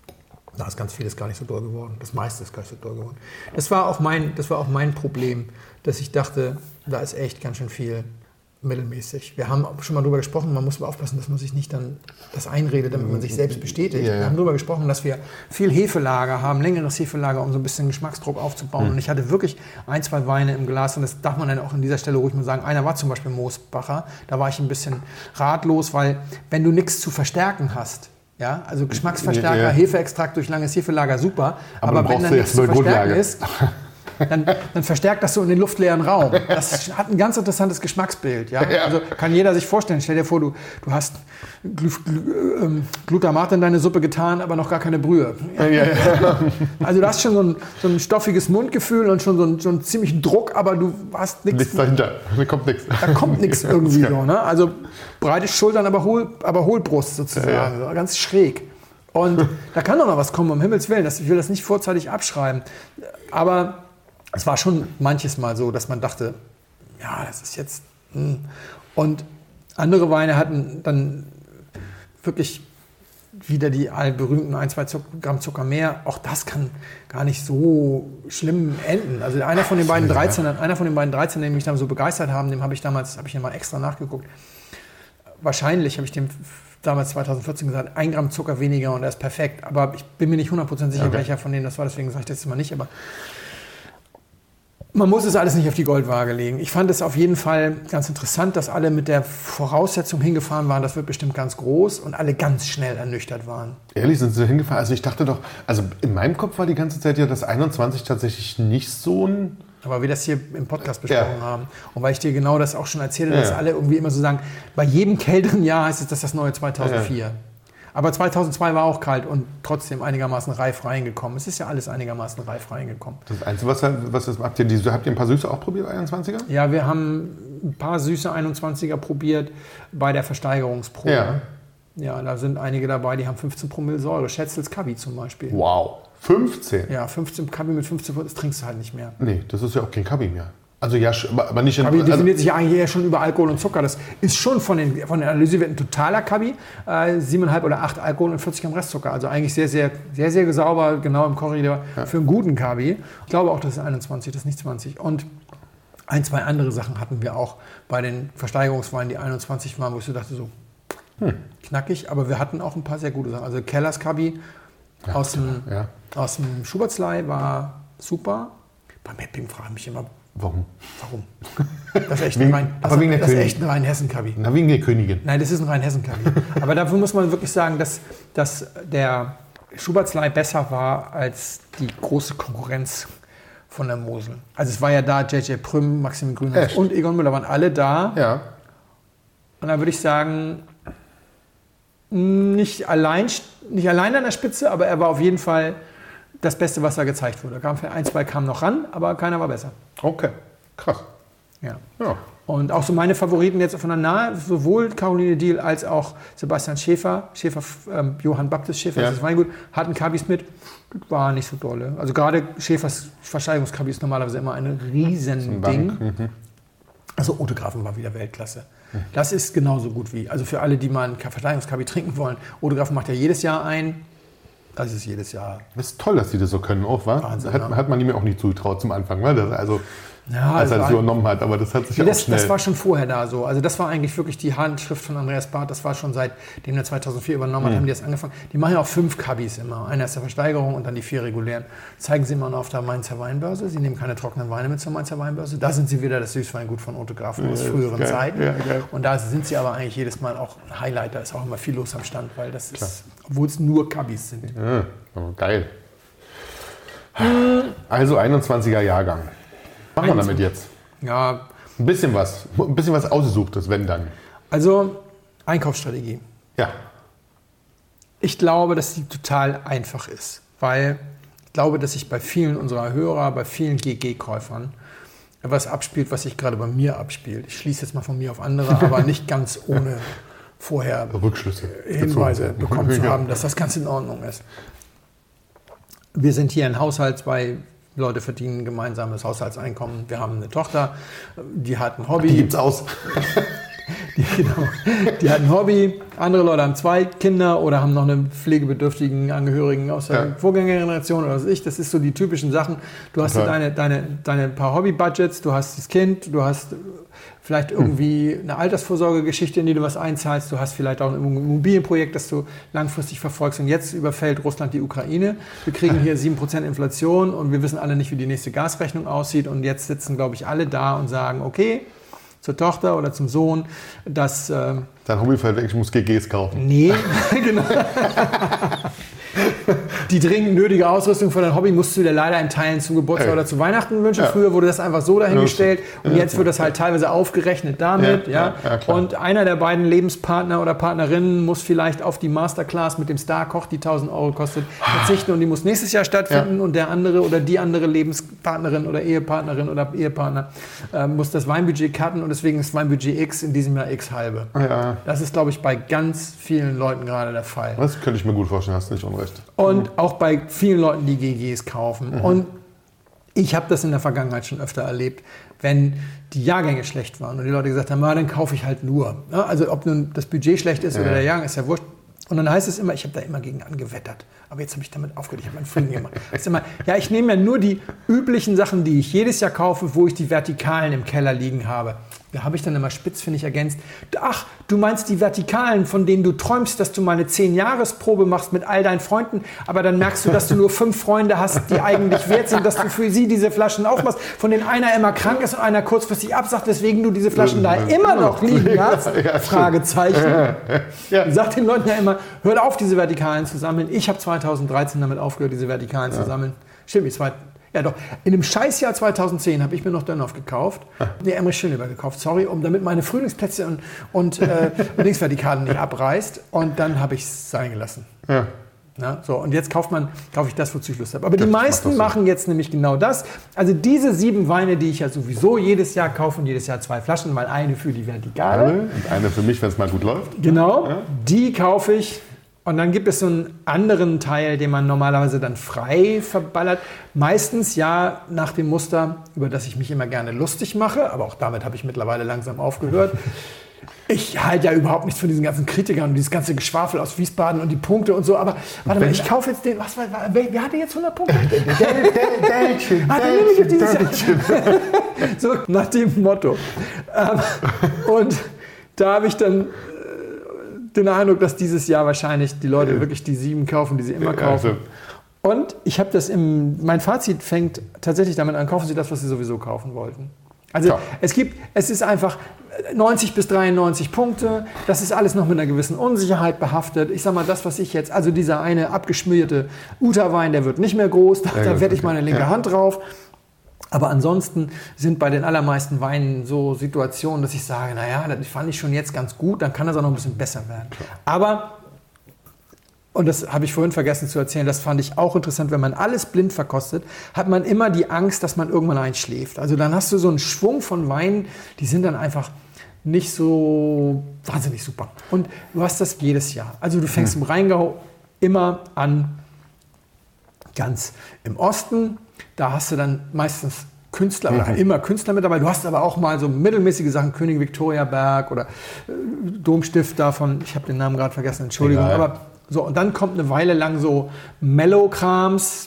Da ist ganz vieles gar nicht so doll geworden. Das meiste ist gar nicht so doll geworden. Das war auch mein, das war auch mein Problem, dass ich dachte, da ist echt ganz schön viel mittelmäßig. Wir haben schon mal drüber gesprochen, man muss aber aufpassen, dass man sich nicht dann das einredet, damit man sich selbst bestätigt. Ja, ja. Wir haben darüber gesprochen, dass wir viel Hefelager haben, längeres Hefelager, um so ein bisschen Geschmacksdruck aufzubauen. Mhm. Und ich hatte wirklich ein, zwei Weine im Glas und das darf man dann auch an dieser Stelle ruhig mal sagen. Einer war zum Beispiel Moosbacher. Da war ich ein bisschen ratlos, weil wenn du nichts zu verstärken hast, ja, also Geschmacksverstärker, ja, ja. Hefeextrakt durch langes Hefelager, super. Aber, aber wenn dann nichts zu verstärken ist, dann, dann verstärkt das so in den luftleeren Raum. Das hat ein ganz interessantes Geschmacksbild. Ja? Ja. Also kann jeder sich vorstellen. Stell dir vor, du, du hast Gl Gl ähm, Glutamat in deine Suppe getan, aber noch gar keine Brühe. Ja? Ja, ja. Also du hast schon so ein, so ein stoffiges Mundgefühl und schon so einen, so einen ziemlichen Druck, aber du hast nichts. Nichts dahinter. Da kommt nichts. Da kommt nichts irgendwie so. Ne? Also breite Schultern, aber, Hohl, aber Hohlbrust sozusagen. Ja, ja. So, ganz schräg. Und da kann doch noch was kommen, um Himmels Willen. Das, ich will das nicht vorzeitig abschreiben. Aber es war schon manches Mal so, dass man dachte, ja, das ist jetzt... Hm. Und andere Weine hatten dann wirklich wieder die allberühmten ein, zwei Gramm Zucker mehr. Auch das kann gar nicht so schlimm enden. Also einer von den beiden dreizehn, einer von den beiden dreizehn, die mich dann so begeistert haben, dem habe ich damals, habe ich mal extra nachgeguckt. Wahrscheinlich habe ich dem damals zweitausendvierzehn gesagt, ein Gramm Zucker weniger und er ist perfekt. Aber ich bin mir nicht hundert Prozent sicher, okay. welcher von denen das war, deswegen sage ich das jetzt mal nicht. Aber man muss es alles nicht auf die Goldwaage legen. Ich fand es auf jeden Fall ganz interessant, dass alle mit der Voraussetzung hingefahren waren, das wird bestimmt ganz groß und alle ganz schnell ernüchtert waren. Ehrlich, sind sie hingefahren? Also ich dachte doch, also in meinem Kopf war die ganze Zeit ja das einundzwanzig tatsächlich nicht so ein... Aber wir das hier im Podcast besprochen ja. haben und weil ich dir genau das auch schon erzähle, dass ja. alle irgendwie immer so sagen, bei jedem kälteren Jahr heißt es, dass das neue zweitausendvier. Ja. Aber zweitausendzwei war auch kalt und trotzdem einigermaßen reif reingekommen. Es ist ja alles einigermaßen reif reingekommen. Das Einzige, was, was ist, habt ihr, die, habt ihr ein paar Süße auch probiert, einundzwanziger? Ja, wir haben ein paar süße einundzwanziger probiert bei der Versteigerungsprobe. Ja. Ja, da sind einige dabei, die haben fünfzehn Promille Säure. Schätzels Kabi zum Beispiel. Wow, fünfzehn? Ja, fünfzehn Kabi mit fünfzehn, das trinkst du halt nicht mehr. Nee, das ist ja auch kein Kabi mehr. Also ja, aber nicht in... Kabi definiert also sich ja eigentlich eher schon über Alkohol und Zucker. Das ist schon von den, von den Analysewerten ein totaler Kabi. Äh, sieben Komma fünf oder acht Alkohol und vierzig Gramm Restzucker. Also eigentlich sehr, sehr, sehr, sehr sauber, genau im Korridor ja. für einen guten Kabi. Ich glaube auch, das ist einundzwanzig, das ist nicht zwanzig. Und ein, zwei andere Sachen hatten wir auch bei den Versteigerungsweinen, die einundzwanzig waren, wo ich so dachte, so hm. knackig. Aber wir hatten auch ein paar sehr gute Sachen. Also Kellers Kabi ja, aus, dem, ja. aus dem Schubertslei war super. Beim Epping frage ich mich immer, warum? Warum? Das ist echt ein rein, aber wegen der das Königin. Ist echt ein Rheinhessen-Kabi. Na, wegen der Königin. Nein, das ist ein Rheinhessen-Kabi. Aber dafür muss man wirklich sagen, dass, dass der Schubertslei besser war als die große Konkurrenz von der Mosel. Also es war ja da J J Prüm, Maximilian Grünhaus und Egon Müller waren alle da. Ja. Und da würde ich sagen, nicht allein, nicht allein an der Spitze, aber er war auf jeden Fall das Beste, was da gezeigt wurde. Ein, zwei kamen noch ran, aber keiner war besser. Okay, krass. Ja. ja. Und auch so meine Favoriten jetzt von der Nahe, sowohl Caroline Diehl als auch Sebastian Schäfer, Schäfer ähm, Johann Baptist Schäfer, ja. das Weingut, hatten Kabis mit, war nicht so dolle. Also gerade Schäfers Versteigerungskabi ist normalerweise immer ein Riesending. Mhm. Also Otegrafen war wieder Weltklasse. Mhm. Das ist genauso gut wie, also für alle, die mal einen Versteigerungskabi trinken wollen, Otegrafen macht ja jedes Jahr ein. Das ist jedes Jahr. Das ist toll, dass die das so können, auch, wa? Wahnsinn, hat, ja. hat man ihm auch nicht zugetraut zum Anfang, wa? Das, also, ja, als er das übernommen hat, aber das hat sich ja das, auch schnell... Das war schon vorher da so. Also das war eigentlich wirklich die Handschrift von Andreas Barth, das war schon seitdem er zweitausendvier übernommen hat, mhm. haben die das angefangen. Die machen ja auch fünf Kabis immer. Einer ist der Versteigerung und dann die vier regulären. Zeigen sie immer noch auf der Mainzer Weinbörse. Sie nehmen keine trockenen Weine mit zur Mainzer Weinbörse. Da sind sie wieder das Süßweingut von Otegrafen aus ja, früheren geil. Zeiten. Ja, und da sind sie aber eigentlich jedes Mal auch Highlight. Da ist auch immer viel los am Stand, weil das Klar. ist, obwohl es nur Kabis sind. Ja, oh, geil. Also einundzwanziger Jahrgang. Was machen wir damit jetzt? Ja. Ein bisschen was. Ein bisschen was Ausgesuchtes, wenn dann. Also Einkaufsstrategie. Ja. Ich glaube, dass die total einfach ist. Weil ich glaube, dass sich bei vielen unserer Hörer, bei vielen G G-Käufern etwas abspielt, was sich gerade bei mir abspielt. Ich schließe jetzt mal von mir auf andere, aber nicht ganz ohne vorher Rückschlüsse Hinweise bekommen zu haben, dass das ganz in Ordnung ist. Wir sind hier ein Haushalt, zwei Leute verdienen gemeinsames Haushaltseinkommen. Wir haben eine Tochter, die hat ein Hobby. Die gibt's aus. Die, genau, die hat ein Hobby. Andere Leute haben zwei Kinder oder haben noch einen pflegebedürftigen Angehörigen aus der ja. Vorgängergeneration oder was weiß ich. Das ist so die typischen Sachen. Du hast okay. deine, deine, deine paar Hobby-Budgets, du hast das Kind, du hast vielleicht irgendwie eine Altersvorsorgegeschichte, in die du was einzahlst. Du hast vielleicht auch ein Immobilienprojekt, das du langfristig verfolgst. Und jetzt überfällt Russland die Ukraine. Wir kriegen hier sieben Prozent Inflation und wir wissen alle nicht, wie die nächste Gasrechnung aussieht. Und jetzt sitzen, glaube ich, alle da und sagen, okay, zur Tochter oder zum Sohn, dass... Äh, Dein Hobby fällt weg, ich muss G Gs kaufen. Nee, genau. Die dringend nötige Ausrüstung für dein Hobby musst du dir leider in Teilen zum Geburtstag hey. oder zu Weihnachten wünschen. Ja. Früher wurde das einfach so dahingestellt und jetzt wird das halt teilweise aufgerechnet damit. Ja, ja. ja und einer der beiden Lebenspartner oder Partnerinnen muss vielleicht auf die Masterclass mit dem Star-Koch, die tausend Euro kostet, verzichten und die muss nächstes Jahr stattfinden ja. und der andere oder die andere Lebenspartnerin oder Ehepartnerin oder Ehepartner äh, muss das Weinbudget cutten und deswegen ist Weinbudget X in diesem Jahr X halbe. Ja. Das ist, glaube ich, bei ganz vielen Leuten gerade der Fall. Das könnte ich mir gut vorstellen, hast du nicht unrecht. Und mhm. auch bei vielen Leuten, die G Gs kaufen. Mhm. Und ich habe das in der Vergangenheit schon öfter erlebt, wenn die Jahrgänge schlecht waren und die Leute gesagt haben, ah, dann kaufe ich halt nur. Ja, also ob nun das Budget schlecht ist ja. oder der Jahrgang, ist ja wurscht. Und dann heißt es immer, ich habe da immer gegen angewettert. Aber jetzt habe ich damit aufgehört, ich habe meinen Frieden gemacht. Das ist immer, ja, ich nehme ja nur die üblichen Sachen, die ich jedes Jahr kaufe, wo ich die Vertikalen im Keller liegen habe. Da habe ich dann immer spitzfindig ergänzt. Ach, du meinst die Vertikalen, von denen du träumst, dass du mal eine zehn-Jahres-Probe machst mit all deinen Freunden, aber dann merkst du, dass du nur fünf Freunde hast, die eigentlich wert sind, dass du für sie diese Flaschen aufmachst, von denen einer immer krank ist und einer kurzfristig absagt, weswegen du diese Flaschen da immer noch liegen hast? Ja, Fragezeichen. Ja. Sag den Leuten ja immer, hört auf, diese Vertikalen zu sammeln. Ich habe zweitausenddreizehn damit aufgehört, diese Vertikalen ja. zu sammeln. Stimmt, ich zwei Ja doch, in dem Scheißjahr zweitausendzehn habe ich mir noch Dönhoff gekauft, nee, Emmerich Schönleber gekauft, sorry, um damit meine Frühlingsplätze und, und äh, Linksvertikalen nicht abreißt und dann habe ich es sein gelassen. Ja. Na, so, und jetzt kauft man, kaufe ich das, wozu ich Lust habe. Aber das die meisten machen jetzt nämlich genau das. Also diese sieben Weine, die ich ja sowieso jedes Jahr kaufe und jedes Jahr zwei Flaschen, weil eine für die Vertikale. Eine und eine für mich, wenn es mal gut läuft. Genau, ja. Die kaufe ich Und dann gibt es so einen anderen Teil, den man normalerweise dann frei verballert. Meistens ja nach dem Muster, über das ich mich immer gerne lustig mache. Aber auch damit habe ich mittlerweile langsam aufgehört. Ich halte ja überhaupt nichts von diesen ganzen Kritikern und dieses ganze Geschwafel aus Wiesbaden und die Punkte und so. Aber warte mal, ich kaufe jetzt den. Was war, wer, wer hatte jetzt hundert Punkte? Dälchen, Dälchen, So nach dem Motto. Und da habe ich dann den Eindruck, dass dieses Jahr wahrscheinlich die Leute wirklich die sieben kaufen, die sie immer kaufen. Und ich habe das im, mein Fazit fängt tatsächlich damit an, kaufen Sie das, was Sie sowieso kaufen wollten. Also ja. es gibt, es ist einfach neunzig bis dreiundneunzig Punkte, das ist alles noch mit einer gewissen Unsicherheit behaftet. Ich sag mal, das, was ich jetzt, also dieser eine abgeschmierte Uta-Wein, der wird nicht mehr groß, da, da werde ich meine linke ja. Hand drauf. Aber ansonsten sind bei den allermeisten Weinen so Situationen, dass ich sage, naja, das fand ich schon jetzt ganz gut, dann kann das auch noch ein bisschen besser werden. Aber, und das habe ich vorhin vergessen zu erzählen, das fand ich auch interessant, wenn man alles blind verkostet, hat man immer die Angst, dass man irgendwann einschläft. Also dann hast du so einen Schwung von Weinen, die sind dann einfach nicht so wahnsinnig super. Und du hast das jedes Jahr. Also du fängst hm. im Rheingau immer an, ganz im Osten. Da hast du dann meistens Künstler, oder mhm. immer Künstler mit dabei. Du hast aber auch mal so mittelmäßige Sachen, König Victoria Berg oder äh, Domstift davon, ich habe den Namen gerade vergessen, Entschuldigung. Egal. Aber so, und dann kommt eine Weile lang so Mellow-Krams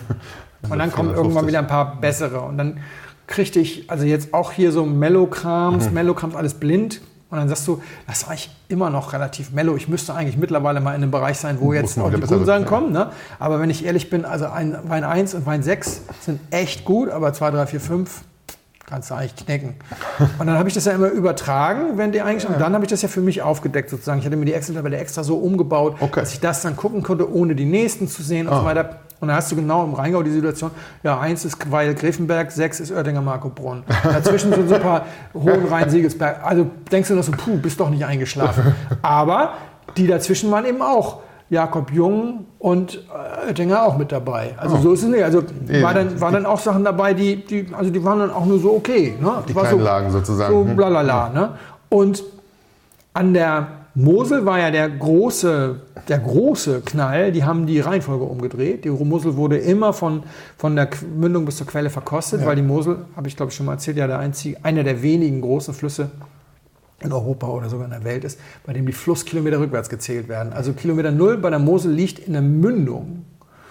und dann kommen irgendwann wieder ein paar bessere. Und dann kriegte ich, also jetzt auch hier so Mellow-Krams, mhm. Mellow-Krams, alles blind. Und dann sagst du, das ist eigentlich immer noch relativ mellow. Ich müsste eigentlich mittlerweile mal in einem Bereich sein, wo jetzt auch die guten Sachen kommen. Ne? Aber wenn ich ehrlich bin, also ein Wein eins und Wein sechs sind echt gut, aber zwei, drei, vier, fünf kannst du eigentlich knicken. Und dann habe ich das ja immer übertragen, wenn die eigentlich, ja. und dann habe ich das ja für mich aufgedeckt sozusagen. Ich hatte mir die Excel-Tabelle extra so umgebaut, okay. dass ich das dann gucken konnte, ohne die nächsten zu sehen und oh. so weiter. Und dann hast du genau im Rheingau die Situation, ja, eins ist Weil Gräfenberg, sechs ist Oerdinger Markobrunn. Dazwischen sind so ein paar Hohenrhein-Siegelsberg. Also denkst du noch so, puh, bist doch nicht eingeschlafen. Aber die dazwischen waren eben auch Jakob Jung und Oettinger auch mit dabei. Also oh. so ist es nicht. Also war dann, waren dann auch Sachen dabei, die, die, also die waren dann auch nur so okay. Ne? Die war kleinen so, Lagen sozusagen. So blalala. Ne? Und an der Mosel war ja der große, der große Knall, die haben die Reihenfolge umgedreht. Die Mosel wurde immer von, von der Mündung bis zur Quelle verkostet, ja. weil die Mosel, habe ich glaube ich schon mal erzählt, ja der einzige, einer der wenigen großen Flüsse in Europa oder sogar in der Welt ist, bei dem die Flusskilometer rückwärts gezählt werden. Also Kilometer Null bei der Mosel liegt in der Mündung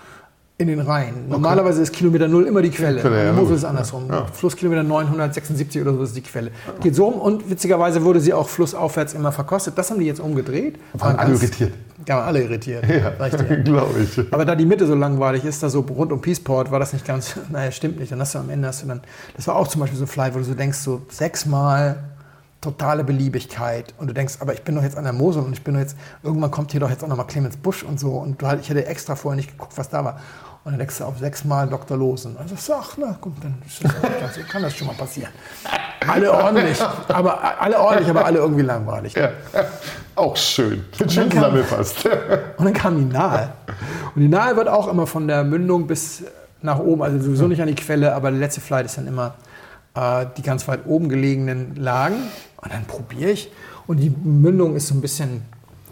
in den Rhein. Okay. Normalerweise ist Kilometer Null immer die Quelle. Quelle ja, die Mosel ist andersrum. Ja. Flusskilometer neunhundertsechsundsiebzig oder so ist die Quelle. Geht so um und witzigerweise wurde sie auch flussaufwärts immer verkostet. Das haben die jetzt umgedreht. Waren alle irritiert. Ja, waren alle irritiert. Ja, glaube ich. Aber da die Mitte so langweilig ist, da so rund um Peaceport, war das nicht ganz, naja, stimmt nicht. Dann hast du am Ende, hast du dann, das war auch zum Beispiel so ein Flight, wo du so denkst, so sechsmal totale Beliebigkeit. Und du denkst, aber ich bin doch jetzt an der Mosel und ich bin doch jetzt, irgendwann kommt hier doch jetzt auch nochmal Clemens Busch und so. Und ich hatte extra vorher nicht geguckt, was da war. Und dann denkst du auf sechsmal Doktor Losen. Also sag, na gut, dann ist das ganz, kann das schon mal passieren. Alle ordentlich, aber alle ordentlich, aber alle irgendwie langweilig. Ja, auch schön. Schön zusammengefasst. Und dann kam die Nahe. Und die Nahe wird auch immer von der Mündung bis nach oben, also sowieso nicht an die Quelle, aber der letzte Flight ist dann immer äh, die ganz weit oben gelegenen Lagen. Und dann probiere ich. Und die Mündung ist so ein bisschen...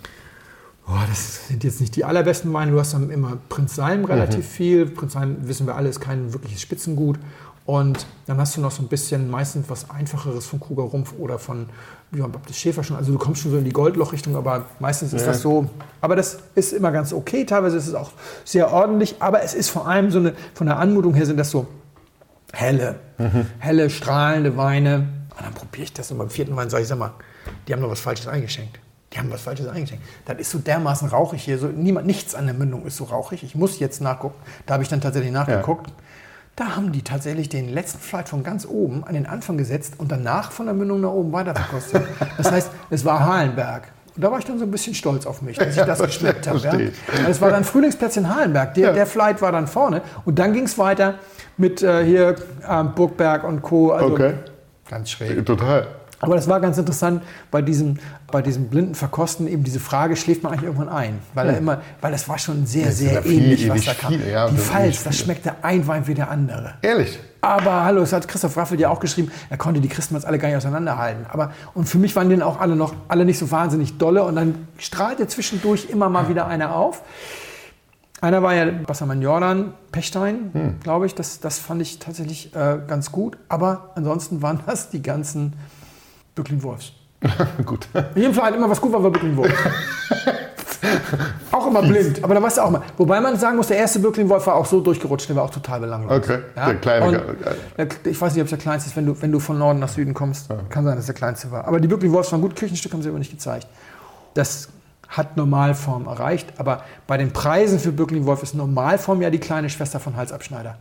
Oh, das sind jetzt nicht die allerbesten Weine. Du hast dann immer Prinz Salm relativ mhm. viel. Prinz Salm, wissen wir alle, ist kein wirkliches Spitzengut. Und dann hast du noch so ein bisschen meistens was Einfacheres von Kruger Rumpf oder von Johann Baptist Schäfer schon. Also du kommst schon so in die Goldloch-Richtung, aber meistens ist ja. das so. Aber das ist immer ganz okay. Teilweise ist es auch sehr ordentlich. Aber es ist vor allem so eine, von der Anmutung her sind das so helle, mhm. helle, strahlende Weine. Und dann probiere ich das und beim vierten Wein sage ich, sag mal, die haben noch was Falsches eingeschenkt. Die haben was Falsches eingeschenkt. Das ist so dermaßen rauchig hier. So, niemand, nichts an der Mündung ist so rauchig. Ich muss jetzt nachgucken. Da habe ich dann tatsächlich nachgeguckt. Ja. Da haben die tatsächlich den letzten Flight von ganz oben an den Anfang gesetzt und danach von der Mündung nach oben weiter verkostet. Das heißt, es war Halenberg. Und da war ich dann so ein bisschen stolz auf mich, dass ich das geschmeckt habe. Ja. Es war dann Frühlingsplätzchen Halenberg. Der, ja. der Flight war dann vorne. Und dann ging es weiter mit äh, hier äh, Burgberg und Co. Also okay. ganz schräg. Total. Aber das war ganz interessant bei diesem, bei diesem blinden Verkosten, eben diese Frage, schläft man eigentlich irgendwann ein? Weil Hm. er immer, weil das war schon sehr, Das ist sehr ja viel, ähnlich, was ewig da kam. viel, ja, Die das ist Pfalz, ewig das viel. schmeckte ein Wein wie der andere. Ehrlich? Aber hallo, das hat Christoph Raffel ja auch geschrieben, er konnte die Christmanns alle gar nicht auseinanderhalten. Aber, und für mich waren denen auch alle noch, alle nicht so wahnsinnig dolle. Und dann strahlte zwischendurch immer mal wieder einer auf. Einer war ja Bassermann Jordan, Pechstein, hm. glaube ich. Das, das fand ich tatsächlich äh, ganz gut. Aber ansonsten waren das die ganzen Böcklin-Wolfs. Gut. In jedem Fall hat immer was gut war, war Böcklin-Wolf. Auch immer blind, aber da weißt du auch mal. Wobei man sagen muss, der erste Böcklin-Wolf war auch so durchgerutscht, der war auch total belanglos. Okay, ja? der kleine. Und der, ich weiß nicht, ob es der kleinste ist, wenn du, wenn du von Norden nach Süden kommst. Ja. Kann sein, dass es der kleinste war. Aber die Böcklin-Wolfs waren gut, Küchenstück haben sie aber nicht gezeigt. Das hat Normalform erreicht, aber bei den Preisen für Böcklin-Wolf ist Normalform ja die kleine Schwester von Halsabschneider.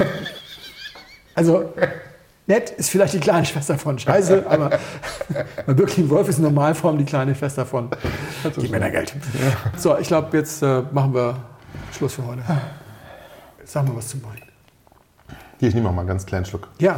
Also nett ist vielleicht die kleine Schwester von Scheiße, aber bei Böcklin-Wolf ist Normalform die kleine Schwester von Gib mir dein Geld. Ja. So, ich glaube, jetzt äh, machen wir Schluss für heute. Sagen wir was zum Wein. Hier, ich nehme auch mal einen ganz kleinen Schluck. Ja.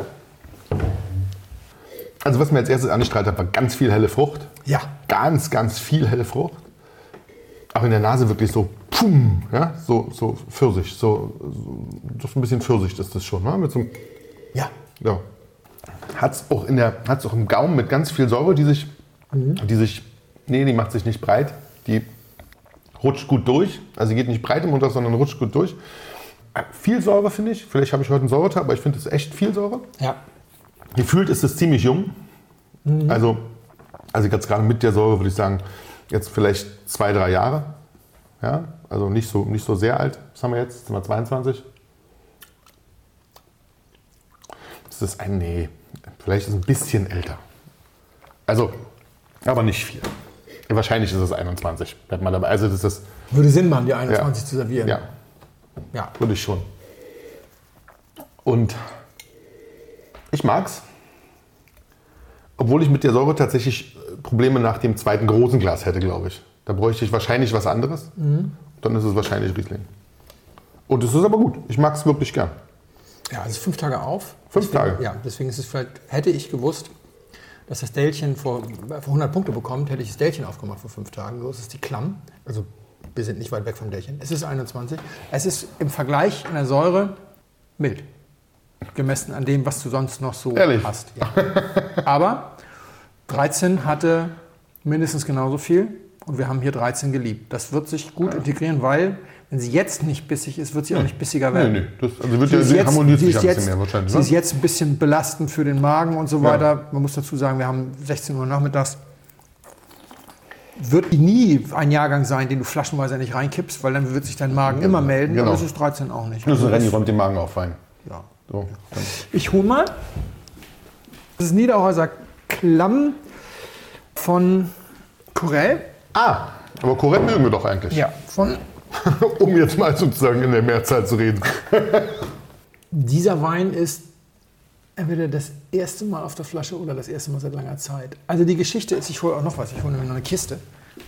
Also was mir als erstes angestrahlt hat, war ganz viel helle Frucht. Ja. Ganz, ganz viel helle Frucht. Auch in der Nase wirklich so, pum, ja, so, so Pfirsich, so, so, so ein bisschen Pfirsich ist das schon, ne? Mit so einem, ja. Ja. Hat es auch, in der, hat's auch im Gaumen mit ganz viel Säure, die sich, mhm. die sich, nee, die macht sich nicht breit, die rutscht gut durch, also die geht nicht breit im Mund, sondern rutscht gut durch. Viel Säure, finde ich, vielleicht habe ich heute einen Säuretag, aber ich finde es echt viel Säure. Ja. Gefühlt ist es ziemlich jung, mhm. also, also jetzt gerade mit der Säure würde ich sagen, jetzt vielleicht zwei, drei Jahre, ja, also nicht so, nicht so sehr alt, was haben wir jetzt, jetzt sind wir zweiundzwanzig. Das ist ein, nee, vielleicht ist es ein bisschen älter. Also, aber nicht viel. Wahrscheinlich ist es einundzwanzig, bleibt mal dabei. Also das ist, würde Sinn machen, die einundzwanzig ja. zu servieren. Ja. ja, würde ich schon. Und ich mag's, obwohl ich mit der Säure tatsächlich Probleme nach dem zweiten großen Glas hätte, glaube ich. Da bräuchte ich wahrscheinlich was anderes. Mhm. Dann ist es wahrscheinlich Riesling. Und es ist aber gut. Ich mag es wirklich gern. Ja, also fünf Tage auf. Fünf deswegen, Tage? Ja, deswegen ist es vielleicht, hätte ich gewusst, dass das Dälchen vor, vor hundert Punkte bekommt, hätte ich das Dälchen aufgemacht vor fünf Tagen. So ist es die Klamm. Also wir sind nicht weit weg vom Dälchen. Es ist einundzwanzig. Es ist im Vergleich in der Säure mild. Gemessen an dem, was du sonst noch so Ehrlich? hast. Ja. Aber dreizehn hatte mindestens genauso viel und wir haben hier dreizehn geliebt. Das wird sich gut integrieren, weil wenn sie jetzt nicht bissig ist, wird sie auch nicht bissiger werden. Nee, nee. Das, also wird sie ja, ist sie jetzt, harmoniert sie sich ist ein jetzt, bisschen mehr wahrscheinlich. Sie Ne? ist jetzt ein bisschen belastend für den Magen und so Ja. weiter. Man muss dazu sagen, wir haben sechzehn Uhr nachmittags. Wird nie ein Jahrgang sein, den du flaschenweise nicht reinkippst, weil dann wird sich dein Magen immer melden. Genau. Aber das ist dreizehn auch nicht. Das ist Also Renny, räumt den Magen auf, Wein. ja. So, Ich hole mal. Das ist Niederhäuser Klamm von Corell. ah, aber Korrekt mögen wir doch eigentlich. Ja, von Um jetzt mal sozusagen in der Mehrzahl zu reden. dieser Wein ist entweder das erste Mal auf der Flasche oder das erste Mal seit langer Zeit. Also die Geschichte ist, ich hole auch noch was, ich hole nämlich noch eine Kiste.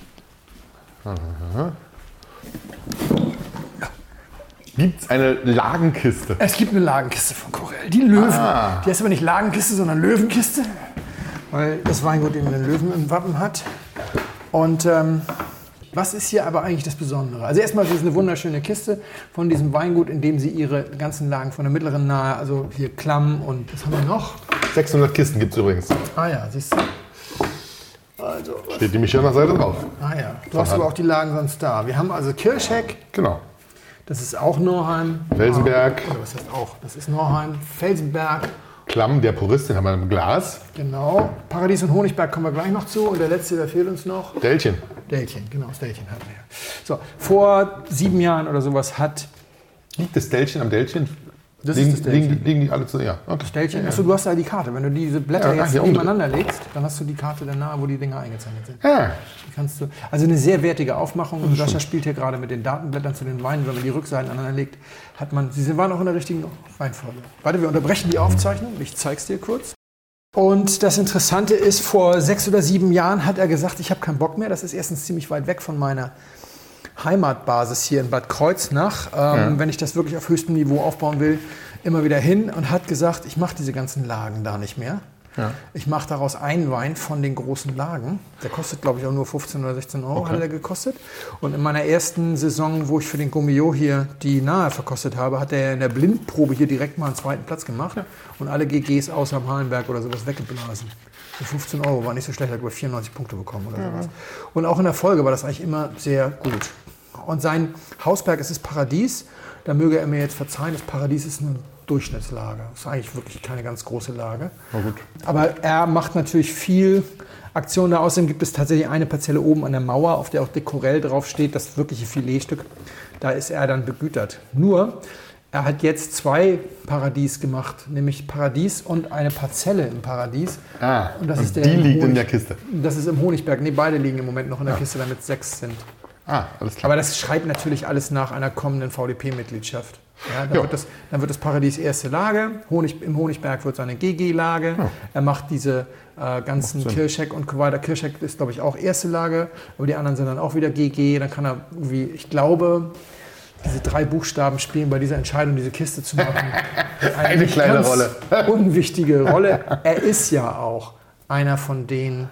Gibt es eine Lagenkiste? Es gibt eine Lagenkiste von Corell, die Löwen. Ah. Die heißt aber nicht Lagenkiste, sondern Löwenkiste, weil das Weingut eben einen Löwen im Wappen hat. Und ähm, was ist hier aber eigentlich das Besondere? Also erstmal ist es eine wunderschöne Kiste von diesem Weingut, in dem sie ihre ganzen Lagen von der mittleren Nahe, also hier Klamm und was haben wir noch? sechshundert Kisten gibt es übrigens. Ah ja, siehst du. Also, was? Steht die Michaeler Seite drauf. Ah ja, du hast aber auch die Lagen sonst da. Wir haben also Kirchheck, Genau. das ist auch Norheim. Felsenberg. Oder was heißt auch? Das ist Norheim. Felsenberg, Klamm, der Purist, den haben wir im Glas. genau. Paradies und Honigberg kommen wir gleich noch zu. Und der letzte, der fehlt uns noch. Dälchen. Dälchen, genau, das Dälchen hatten wir. So, vor sieben Jahren oder sowas hat Liegt das Dälchen am Dälchen? Das liegen, ist das Dälchen. Liegen, liegen die alle zu? Ja. Okay. das Dälchen. Achso, du hast da die Karte. Wenn du diese Blätter Ja, jetzt hier unten. nebeneinander legst, dann hast du die Karte der Nahe, wo die Dinger eingezeichnet sind. Ah, Die kannst du, also eine sehr wertige Aufmachung. Und Sascha spielt hier gerade mit den Datenblättern zu den Weinen. Wenn man die Rückseiten aneinander legt, hat man, sie waren auch in der richtigen Reihenfolge. Warte, wir unterbrechen die Aufzeichnung. Ich zeig's dir kurz. Und das Interessante ist, vor sechs oder sieben Jahren hat er gesagt, ich habe keinen Bock mehr. Das ist erstens ziemlich weit weg von meiner Heimatbasis hier in Bad Kreuznach. Ähm, Ja. Wenn ich das wirklich auf höchstem Niveau aufbauen will, immer wieder hin und hat gesagt, ich mache diese ganzen Lagen da nicht mehr. Ja. Ich mache daraus einen Wein von den großen Lagen. Der kostet, glaube ich, auch nur fünfzehn oder sechzehn Euro, okay. hat er gekostet. Und in meiner ersten Saison, wo ich für den Gourmillot hier die Nahe verkostet habe, hat er in der Blindprobe hier direkt mal einen zweiten Platz gemacht ja. und alle G Gs außer am Hallenberg oder sowas weggeblasen. Für fünfzehn Euro war nicht so schlecht, er hat über vierundneunzig Punkte bekommen oder ja. sowas. Und auch in der Folge war das eigentlich immer sehr gut. Und sein Hausberg ist das Paradies. Da möge er mir jetzt verzeihen, das Paradies ist eine Durchschnittslage. Das ist eigentlich wirklich keine ganz große Lage. Na gut. Aber er macht natürlich viel Aktion da. Außerdem gibt es tatsächlich eine Parzelle oben an der Mauer, auf der auch Dekorell draufsteht, das wirkliche Filetstück. Da ist er dann begütert. Nur, er hat jetzt zwei Paradies gemacht, nämlich Paradies und eine Parzelle im Paradies. Ah, und das und ist der die liegt Honig, in der Kiste. Das ist im Honigberg. Nee, beide liegen im Moment noch in der ah. Kiste, damit sechs sind. Ah, alles klar. Aber das schreit natürlich alles nach einer kommenden V D P-Mitgliedschaft. Ja, dann, wird das, dann wird das Paradies erste Lage, Honig, im Honigberg wird es eine G G-Lage. Ja. Er macht diese äh, ganzen Kirschek und so weiter. Kirschek ist, glaube ich, auch erste Lage, aber die anderen sind dann auch wieder G G. Dann kann er irgendwie, ich glaube, diese drei Buchstaben spielen bei dieser Entscheidung, diese Kiste zu machen. Eine, eine kleine ganz Rolle. Unwichtige Rolle. Er ist ja auch einer von denen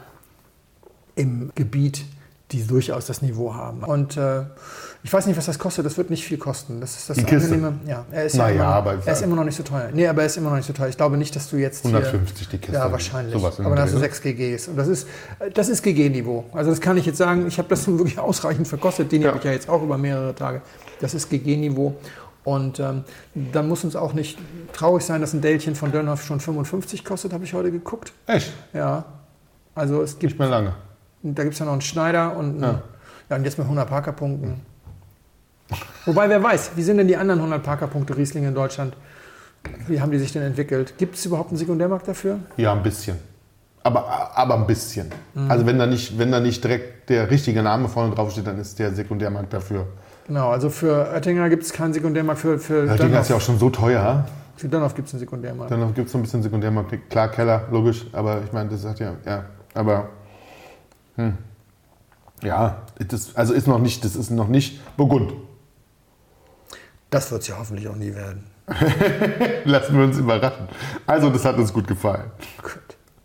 im Gebiet, die durchaus das Niveau haben. Und äh, ich weiß nicht, was das kostet. Das wird nicht viel kosten. Das ist das die Angenehme. Ja, er ist, ja naja, immer, aber er ist immer noch nicht so teuer. Nee, aber er ist immer noch nicht so teuer. Ich glaube nicht, dass du jetzt hundertfünfzig hier, die Kiste. Ja, wahrscheinlich. Sowas aber dann hast du sechs G Gs. Und das ist, das ist G G-Niveau. Also das kann ich jetzt sagen. Ich habe das wirklich ausreichend verkostet. Den ja. habe ich ja jetzt auch über mehrere Tage. Das ist G G-Niveau. Und ähm, dann muss uns auch nicht traurig sein, dass ein Dälchen von Dönhoff schon fünfundfünfzig kostet, habe ich heute geguckt. Echt? Ja. Also es gibt... Nicht mehr lange. Da gibt es ja noch einen Schneider und... Einen, ja. Ja, und jetzt mit hundert Parker-Punkten. Wobei, wer weiß, wie sind denn die anderen hundert Parker-Punkte Riesling in Deutschland? Wie haben die sich denn entwickelt? Gibt es überhaupt einen Sekundärmarkt dafür? Ja, ein bisschen. Aber, aber ein bisschen. Mhm. Also wenn da, nicht, wenn da nicht direkt der richtige Name vorne drauf steht, dann ist der Sekundärmarkt dafür. Genau, also für Oettinger gibt es keinen Sekundärmarkt. Für, für Oettinger ist ja auch schon so teuer. Für Dönhoff gibt es einen Sekundärmarkt. Dönhoff gibt es so ein bisschen Sekundärmarkt. Klar, Keller, logisch. Aber ich meine, das hat ja... ja aber... Hm. Ja, das, also ist noch nicht, das ist noch nicht Burgund. Das wird es ja hoffentlich auch nie werden. Lassen wir uns überraschen. Also, das hat uns gut gefallen. Gut.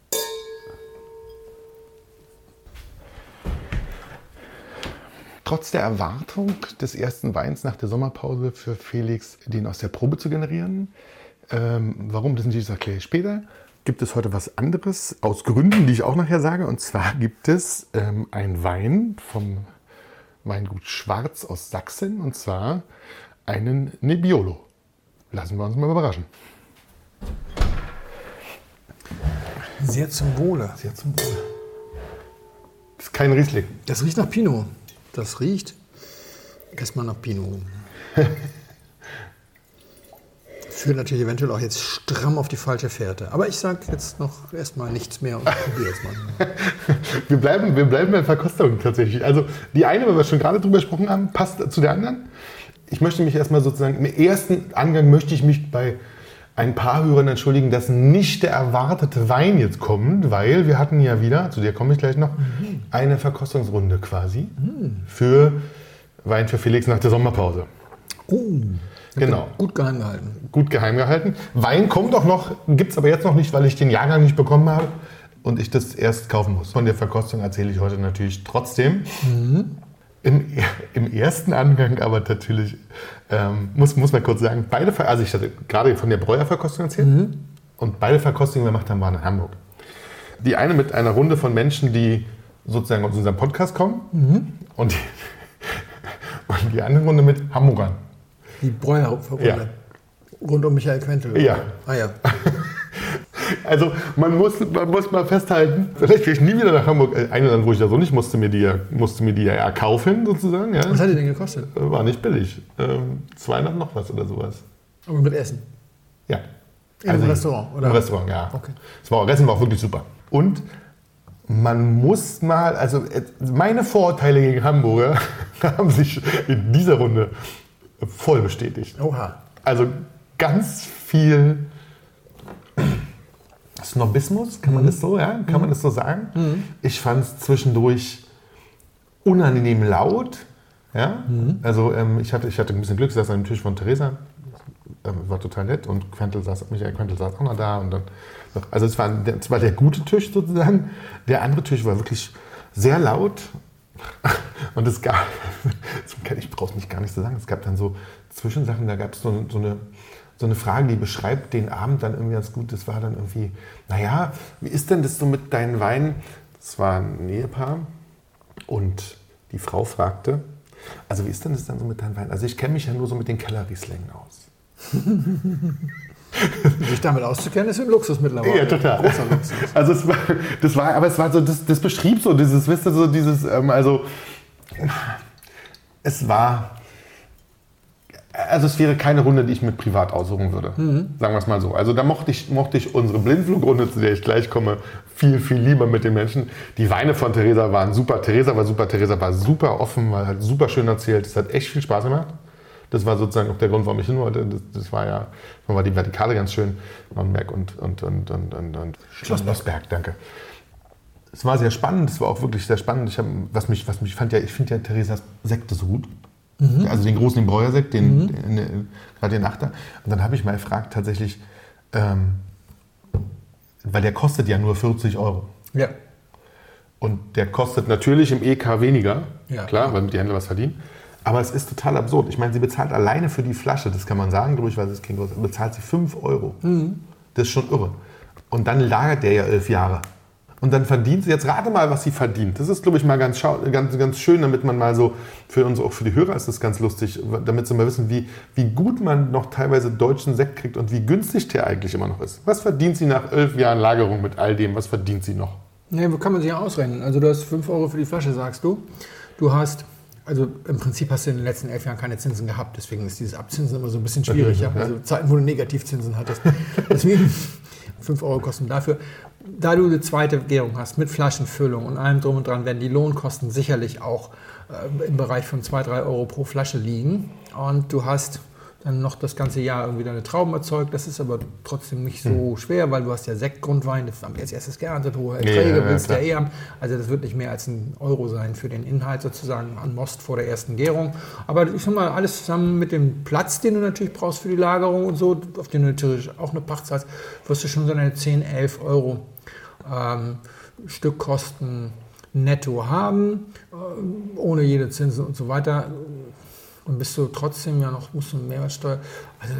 Trotz der Erwartung des ersten Weins nach der Sommerpause für Felix, den aus der Probe zu generieren, ähm, warum, das erkläre ich später, gibt es heute was anderes, aus Gründen, die ich auch nachher sage. Und zwar gibt es ähm, einen Wein vom Weingut Schwarz aus Sachsen. Und zwar einen Nebbiolo. Lassen wir uns mal überraschen. Sehr zum Wohle. Sehr zum Wohle. Das ist kein Riesling. Das riecht nach Pinot. Das riecht erstmal nach Pinot. Führt natürlich eventuell auch jetzt stramm auf die falsche Fährte. Aber ich sage jetzt noch erstmal nichts mehr und probiere jetzt mal. wir, bleiben, wir bleiben bei Verkostung tatsächlich. Also die eine, weil wir schon gerade drüber gesprochen haben, passt zu der anderen. Ich möchte mich erstmal sozusagen, im ersten Angang möchte ich mich bei ein paar Hörern entschuldigen, dass nicht der erwartete Wein jetzt kommt, weil wir hatten ja wieder, zu der komme ich gleich noch, mhm. eine Verkostungsrunde quasi mhm. für Wein für Felix nach der Sommerpause. Oh. Genau. Gut geheim gehalten. Gut geheim gehalten. Wein kommt auch noch, gibt es aber jetzt noch nicht, weil ich den Jahrgang nicht bekommen habe und ich das erst kaufen muss. Von der Verkostung erzähle ich heute natürlich trotzdem. Mhm. Im, Im ersten Angang aber natürlich, ähm, muss, muss man kurz sagen, beide, also ich hatte gerade von der Breuer-Verkostung erzählt mhm. und beide Verkostungen, die wir gemacht haben, waren in Hamburg. Die eine mit einer Runde von Menschen, die sozusagen aus unserem Podcast kommen mhm. und, die, und die andere Runde mit Hamburgern. Die Breuer-Runde. Ja. Rund um Michael Quentel. Ja. Ah ja. Also man muss, man muss mal festhalten, vielleicht will ich nie wieder nach Hamburg. Ein oder wo ich da so nicht musste mir die, musste mir die ja erkaufen sozusagen. Ja. Was hat die denn gekostet? War nicht billig. Ähm, zweihundert noch was oder sowas. Aber mit Essen? Ja. Im also Restaurant? Oder? Im Restaurant, ja. Okay. Das war auch, Essen war auch wirklich super. Und man muss mal, also meine Vorurteile gegen Hamburger haben sich in dieser Runde voll bestätigt. Oha. Also ganz viel Snobismus, kann man mhm. das so, ja? Kann mhm. man das so sagen? Mhm. Ich fand es zwischendurch unangenehm laut. Ja? Mhm. Also ähm, ich, hatte, ich hatte ein bisschen Glück, ich saß an dem Tisch von Theresa. ähm, war total nett und Quentel saß, Michael Quentel saß auch noch da. Und dann, also es war, der, es war der gute Tisch sozusagen. Der andere Tisch war wirklich sehr laut. Und es gab, ich brauche es nicht gar nicht zu sagen, es gab dann so Zwischensachen, da gab es so, so, eine, so eine Frage, die beschreibt den Abend dann irgendwie ganz gut. Das war dann irgendwie, naja, wie ist denn das so mit deinen Weinen? Das war ein Ehepaar und die Frau fragte, also wie ist denn das dann so mit deinen Weinen? Also ich kenne mich ja nur so mit den Kellerrieslängen aus. Sich damit auszukennen, ist ein Luxus mittlerweile. Ja, total. Großer Luxus. Also es war, das war, aber es war so, das, das beschrieb so dieses, wisst ihr, so dieses, ähm, also es war, also es wäre keine Runde, die ich mit privat aussuchen würde, mhm. sagen wir es mal so. Also da mochte ich, mochte ich unsere Blindflugrunde, zu der ich gleich komme, viel, viel lieber mit den Menschen. Die Weine von Theresa waren super, Theresa war super, Theresa war super offen, war halt super schön erzählt, es hat echt viel Spaß gemacht. Das war sozusagen auch der Grund, warum ich hin wollte. Das, das war ja, dann war die Vertikale ganz schön. Nonnenberg und, und, und, und, und, und Schlossberg, danke. Es war sehr spannend, es war auch wirklich sehr spannend. Ich hab, was mich, was mich fand ja, ich finde ja Theresas Sekte so gut. Mhm. Also den großen den Breuersekt, den, mhm. den, den, gerade den Achter. Und dann habe ich mal gefragt, tatsächlich, ähm, weil der kostet ja nur vierzig Euro. Ja. Und der kostet natürlich im E K weniger, ja, klar, weil die Händler was verdienen. Aber es ist total absurd. Ich meine, sie bezahlt alleine für die Flasche, das kann man sagen, glaube ich, weil es kein großes, bezahlt sie fünf Euro. Mhm. Das ist schon irre. Und dann lagert der ja elf Jahre. Und dann verdient sie, jetzt rate mal, was sie verdient. Das ist, glaube ich, mal ganz, ganz, ganz schön, damit man mal so, für uns, auch für die Hörer ist das ganz lustig, damit sie mal wissen, wie, wie gut man noch teilweise deutschen Sekt kriegt und wie günstig der eigentlich immer noch ist. Was verdient sie nach elf Jahren Lagerung mit all dem? Was verdient sie noch? Ja, wo kann man sich ja ausrechnen? Also du hast fünf Euro für die Flasche, sagst du. Du hast... Also im Prinzip hast du in den letzten elf Jahren keine Zinsen gehabt, deswegen ist dieses Abzinsen immer so ein bisschen schwierig. Ja? Also Zeiten, wo du Negativzinsen hattest. Deswegen fünf Euro kosten dafür. Da du eine zweite Gärung hast mit Flaschenfüllung und allem drum und dran, werden die Lohnkosten sicherlich auch äh, im Bereich von zwei, drei Euro pro Flasche liegen. Und du hast dann noch das ganze Jahr irgendwie deine Trauben erzeugt. Das ist aber trotzdem nicht so hm. schwer, weil du hast ja Sektgrundwein, das haben wir als erstes geerntet, hohe Erträge ja, willst du ja eh haben. Also das wird nicht mehr als ein Euro sein für den Inhalt sozusagen an Most vor der ersten Gärung. Aber ich sag mal, alles zusammen mit dem Platz, den du natürlich brauchst für die Lagerung und so, auf den du natürlich auch eine Pacht zahlst, wirst du schon so eine zehn, elf Euro ähm, Stückkosten netto haben, äh, ohne jede Zinsen und so weiter. Dann bist du trotzdem ja noch, musst du Mehrwertsteuer, also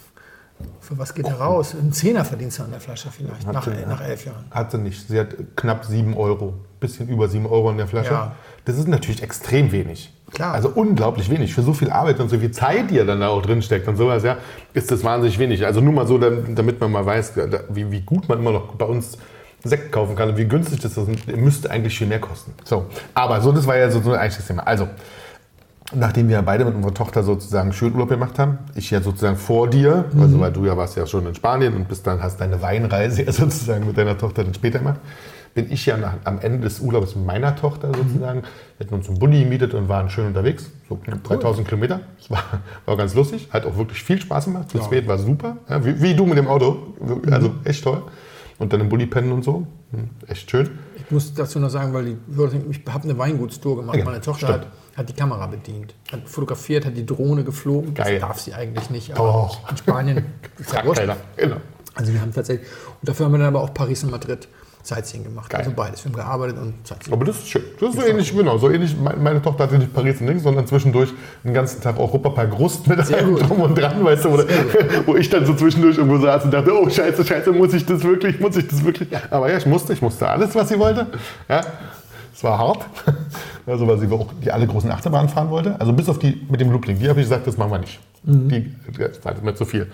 für was geht da raus? Ein Zehner verdienst du an der Flasche vielleicht, nach, sie, nach elf Jahren. Hat sie nicht. Sie hat knapp sieben Euro, bisschen über sieben Euro in der Flasche. Ja. Das ist natürlich extrem wenig. Klar. Also unglaublich wenig. Für so viel Arbeit und so viel Zeit, die ja dann da auch drin steckt und sowas, ja, ist das wahnsinnig wenig. Also nur mal so, damit man mal weiß, wie, wie gut man immer noch bei uns Sekt kaufen kann und wie günstig das ist. Müsste eigentlich viel mehr kosten. So. Aber so, das war ja so, so ein Einstiegsthema. Also, nachdem wir beide mit unserer Tochter sozusagen schön Urlaub gemacht haben, ich ja sozusagen vor dir, mhm. also weil du ja warst ja schon in Spanien und bis dann hast deine Weinreise ja sozusagen mit deiner Tochter dann später gemacht, bin ich ja nach, am Ende des Urlaubs mit meiner Tochter sozusagen, mhm. wir hatten uns einen Bulli gemietet und waren schön unterwegs, so knapp cool. dreitausend Kilometer, das war, war ganz lustig, hat auch wirklich viel Spaß gemacht, das ja. Wetter war super, ja, wie, wie du mit dem Auto, also mhm. echt toll. Und dann im Bulli pennen und so, echt schön. Ich muss dazu noch sagen, weil die, ich habe eine Weingutstour gemacht, ja, meine Tochter hat, hat die Kamera bedient, hat fotografiert, hat die Drohne geflogen. Geil. Das darf sie eigentlich nicht, aber oh. in Spanien ist ja wurscht. Genau. Also wir haben tatsächlich, und dafür haben wir dann aber auch Paris und Madrid Sightseeing gemacht. Geil. Also beides. Wir haben gearbeitet und Sightseeing. Aber das ist schön. Das ist so ähnlich, genau, so ähnlich. Meine Tochter hatte nicht Paris und links, sondern zwischendurch den ganzen Tag Europapark Rust mit allem drum und dran, weißt du, wo, wo ich dann so zwischendurch irgendwo saß und dachte, oh scheiße, scheiße, muss ich das wirklich, muss ich das wirklich? Ja. Aber ja, ich musste, ich musste alles, was sie wollte. Ja. Es war hart, also weil sie auch die alle großen Achterbahnen fahren wollte. Also bis auf die mit dem Looping, die habe ich gesagt, das machen wir nicht. Mhm. Die, das war mir zu viel.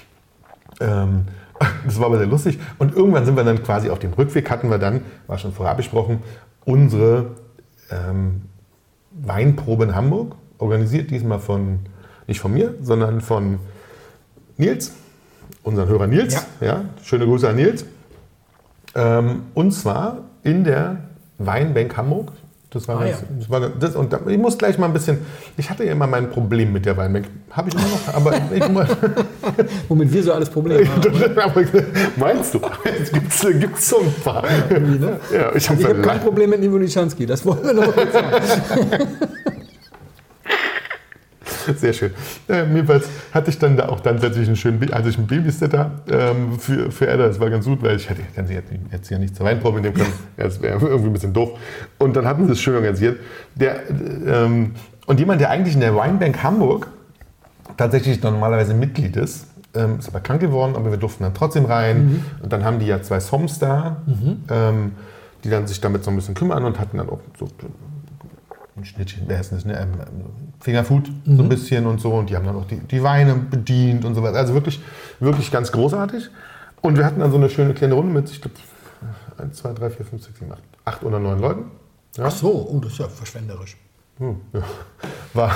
Ähm, das war aber sehr lustig. Und irgendwann sind wir dann quasi auf dem Rückweg, hatten wir dann, war schon vorher besprochen, unsere ähm, Weinprobe in Hamburg, organisiert diesmal von, nicht von mir, sondern von Nils, unseren Hörer Nils. Ja. Ja, schöne Grüße an Nils. Ähm, und zwar in der Weinbank Hamburg. Das war, ah, ganz, ja. das war das, und da, ich muss gleich mal ein bisschen, ich hatte ja immer mein Problem mit der Weinbank. Habe ich immer noch, aber ich immer, womit wir so alles Probleme haben. Meinst du? Es gibt, gibt's so ein paar. Ja, ne? Ja, ich habe hab kein Problem mit Nivo Lischanski, das wollen wir noch mal sagen. Sehr schön. Äh, jedenfalls hatte ich dann da auch dann tatsächlich einen schönen, also ich einen Babysitter ähm, für, für Edda. Das war ganz gut, weil ich hätte kann sie jetzt, jetzt ja nicht zur Weinprobe nehmen können. Ja, das wäre irgendwie ein bisschen doof. Und dann hatten sie es schön organisiert. Der, ähm, und jemand, der eigentlich in der Weinbank Hamburg tatsächlich normalerweise Mitglied ist, ähm, ist aber krank geworden, aber wir durften dann trotzdem rein. Mhm. Und dann haben die ja zwei Soms da, mhm. ähm, die dann sich damit so ein bisschen kümmern und hatten dann auch so ein Schnittchen, wer ist das, ne? ähm, Fingerfood mhm. so ein bisschen und so. Und die haben dann auch die, die Weine bedient und so weiter. Also wirklich, wirklich ganz großartig. Und wir hatten dann so eine schöne kleine Runde mit, ich glaube, eins, zwei, drei, vier, fünf, sechs, sieben, acht, acht oder neun Leuten. Ja? Ach so, oh, das ist ja verschwenderisch. Hm, ja. War,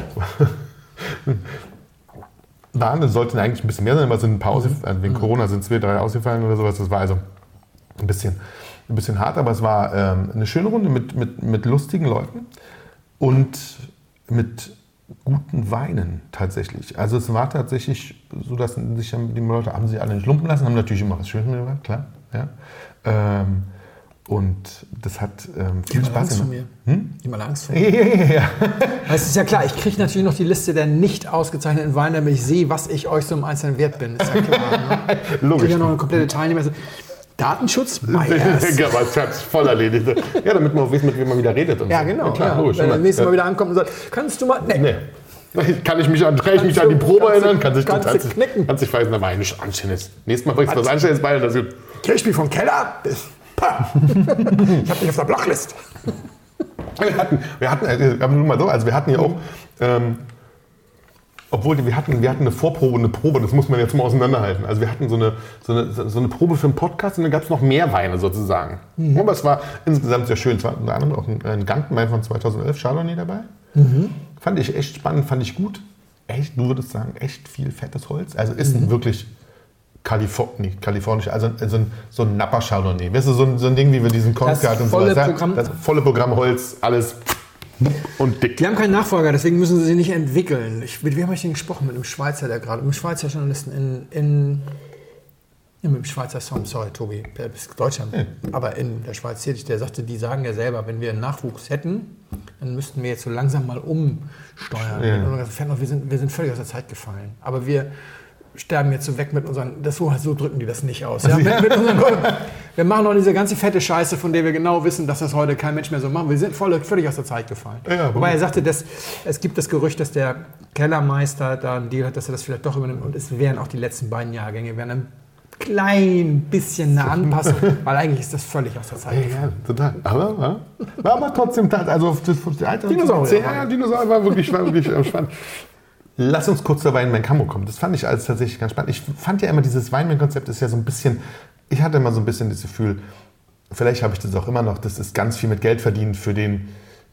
war, das sollten eigentlich ein bisschen mehr sein, aber sind ein paar ausgefallen, also wegen Corona sind zwei, drei ausgefallen oder sowas. Das war also ein bisschen, ein bisschen hart, aber es war ähm, eine schöne Runde mit, mit, mit lustigen Leuten und mit guten Weinen tatsächlich. Also es war tatsächlich so, dass sich die Leute haben sich alle nicht lumpen lassen, haben natürlich immer was Schönes mitgebracht, klar. Ja. Ähm, Und das hat ähm, viel die Spaß Angst gemacht. Von mir. Hm? Die mal Angst vor mir. Ja. Es ist ja klar, ich kriege natürlich noch die Liste der nicht ausgezeichneten Weine, damit ich sehe, was ich euch so im Einzelnen wert bin. Ist ja klar. Ne? Logisch. Ich ja noch eine komplette Teilnehmer. Datenschutz? Ja, aber es hat voll erledigt. Ja, damit man auch weiß, mit wem man wieder redet. Und ja, so. genau. Ja, klar, ja. logisch. Wenn er das nächste Mal wieder ankommt und sagt, kannst du mal... Nee. nee. Kann ich mich an, kann ich mich an die Probe erinnern? Kann sich kannst kannst du knicken. Kannst dich weiß, na, war nicht anständig. Nächstes Mal bringst du was Anständiges bei. Und das wird Kirchspiel vom Keller. Ich hab dich auf der Blocklist. Wir hatten, wir hatten, äh, nur mal so, also wir hatten ja auch, ähm, obwohl wir hatten, wir hatten eine Vorprobe, eine Probe, das muss man jetzt mal auseinanderhalten. Also wir hatten so eine, so eine, so eine Probe für einen Podcast und dann gab es noch mehr Weine sozusagen. Mhm. Aber es war insgesamt sehr schön. Es war unter anderem auch ein, ein Gantenwein von zweitausendelf, Chardonnay dabei. Mhm. Fand ich echt spannend, fand ich gut. Echt, du würdest sagen, echt viel fettes Holz. Also ist mhm. wirklich Kalifor nicht, kalifornisch, also so ein, so ein Napa Chardonnay. Weißt du, so ein, so ein Ding, wie wir diesen Concat und so weiter. Das volle Programm Holz, alles und dick. Die haben keinen Nachfolger, deswegen müssen sie sich nicht entwickeln. Ich, mit wem habe ich denn gesprochen? Mit einem Schweizer, der gerade, mit einem Schweizer Journalisten in, in ja, mit dem Schweizer Song, sorry Tobi, der ist Deutschland, ja. aber in der Schweiz tätig, der sagte, die sagen ja selber, wenn wir einen Nachwuchs hätten, dann müssten wir jetzt so langsam mal umsteuern. Ja. Und wir sind, wir sind völlig aus der Zeit gefallen. Aber wir sterben jetzt so weg mit unseren, das so, so drücken die das nicht aus. Ja? Mit, mit unseren, wir machen doch diese ganze fette Scheiße, von der wir genau wissen, dass das heute kein Mensch mehr so macht. Wir sind voll, völlig aus der Zeit gefallen. Ja, wobei er sagte, dass, es gibt das Gerücht, dass der Kellermeister da einen Deal hat, dass er das vielleicht doch übernimmt. Und es wären auch die letzten beiden Jahrgänge, wären ein klein bisschen eine Anpassung, weil eigentlich ist das völlig aus der Zeit gefallen. Ja, ja, total. Aber, war, war aber trotzdem, also das, das alte Dinosaurier. Ja, Dinosaurier war wirklich, war wirklich spannend. Lass uns kurz zur Weinbank Hamburg kommen. Das fand ich als tatsächlich ganz spannend. Ich fand ja immer, dieses Weinbank-Konzept ist ja so ein bisschen, ich hatte immer so ein bisschen das Gefühl, vielleicht habe ich das auch immer noch, das ist ganz viel mit Geld verdienen für den,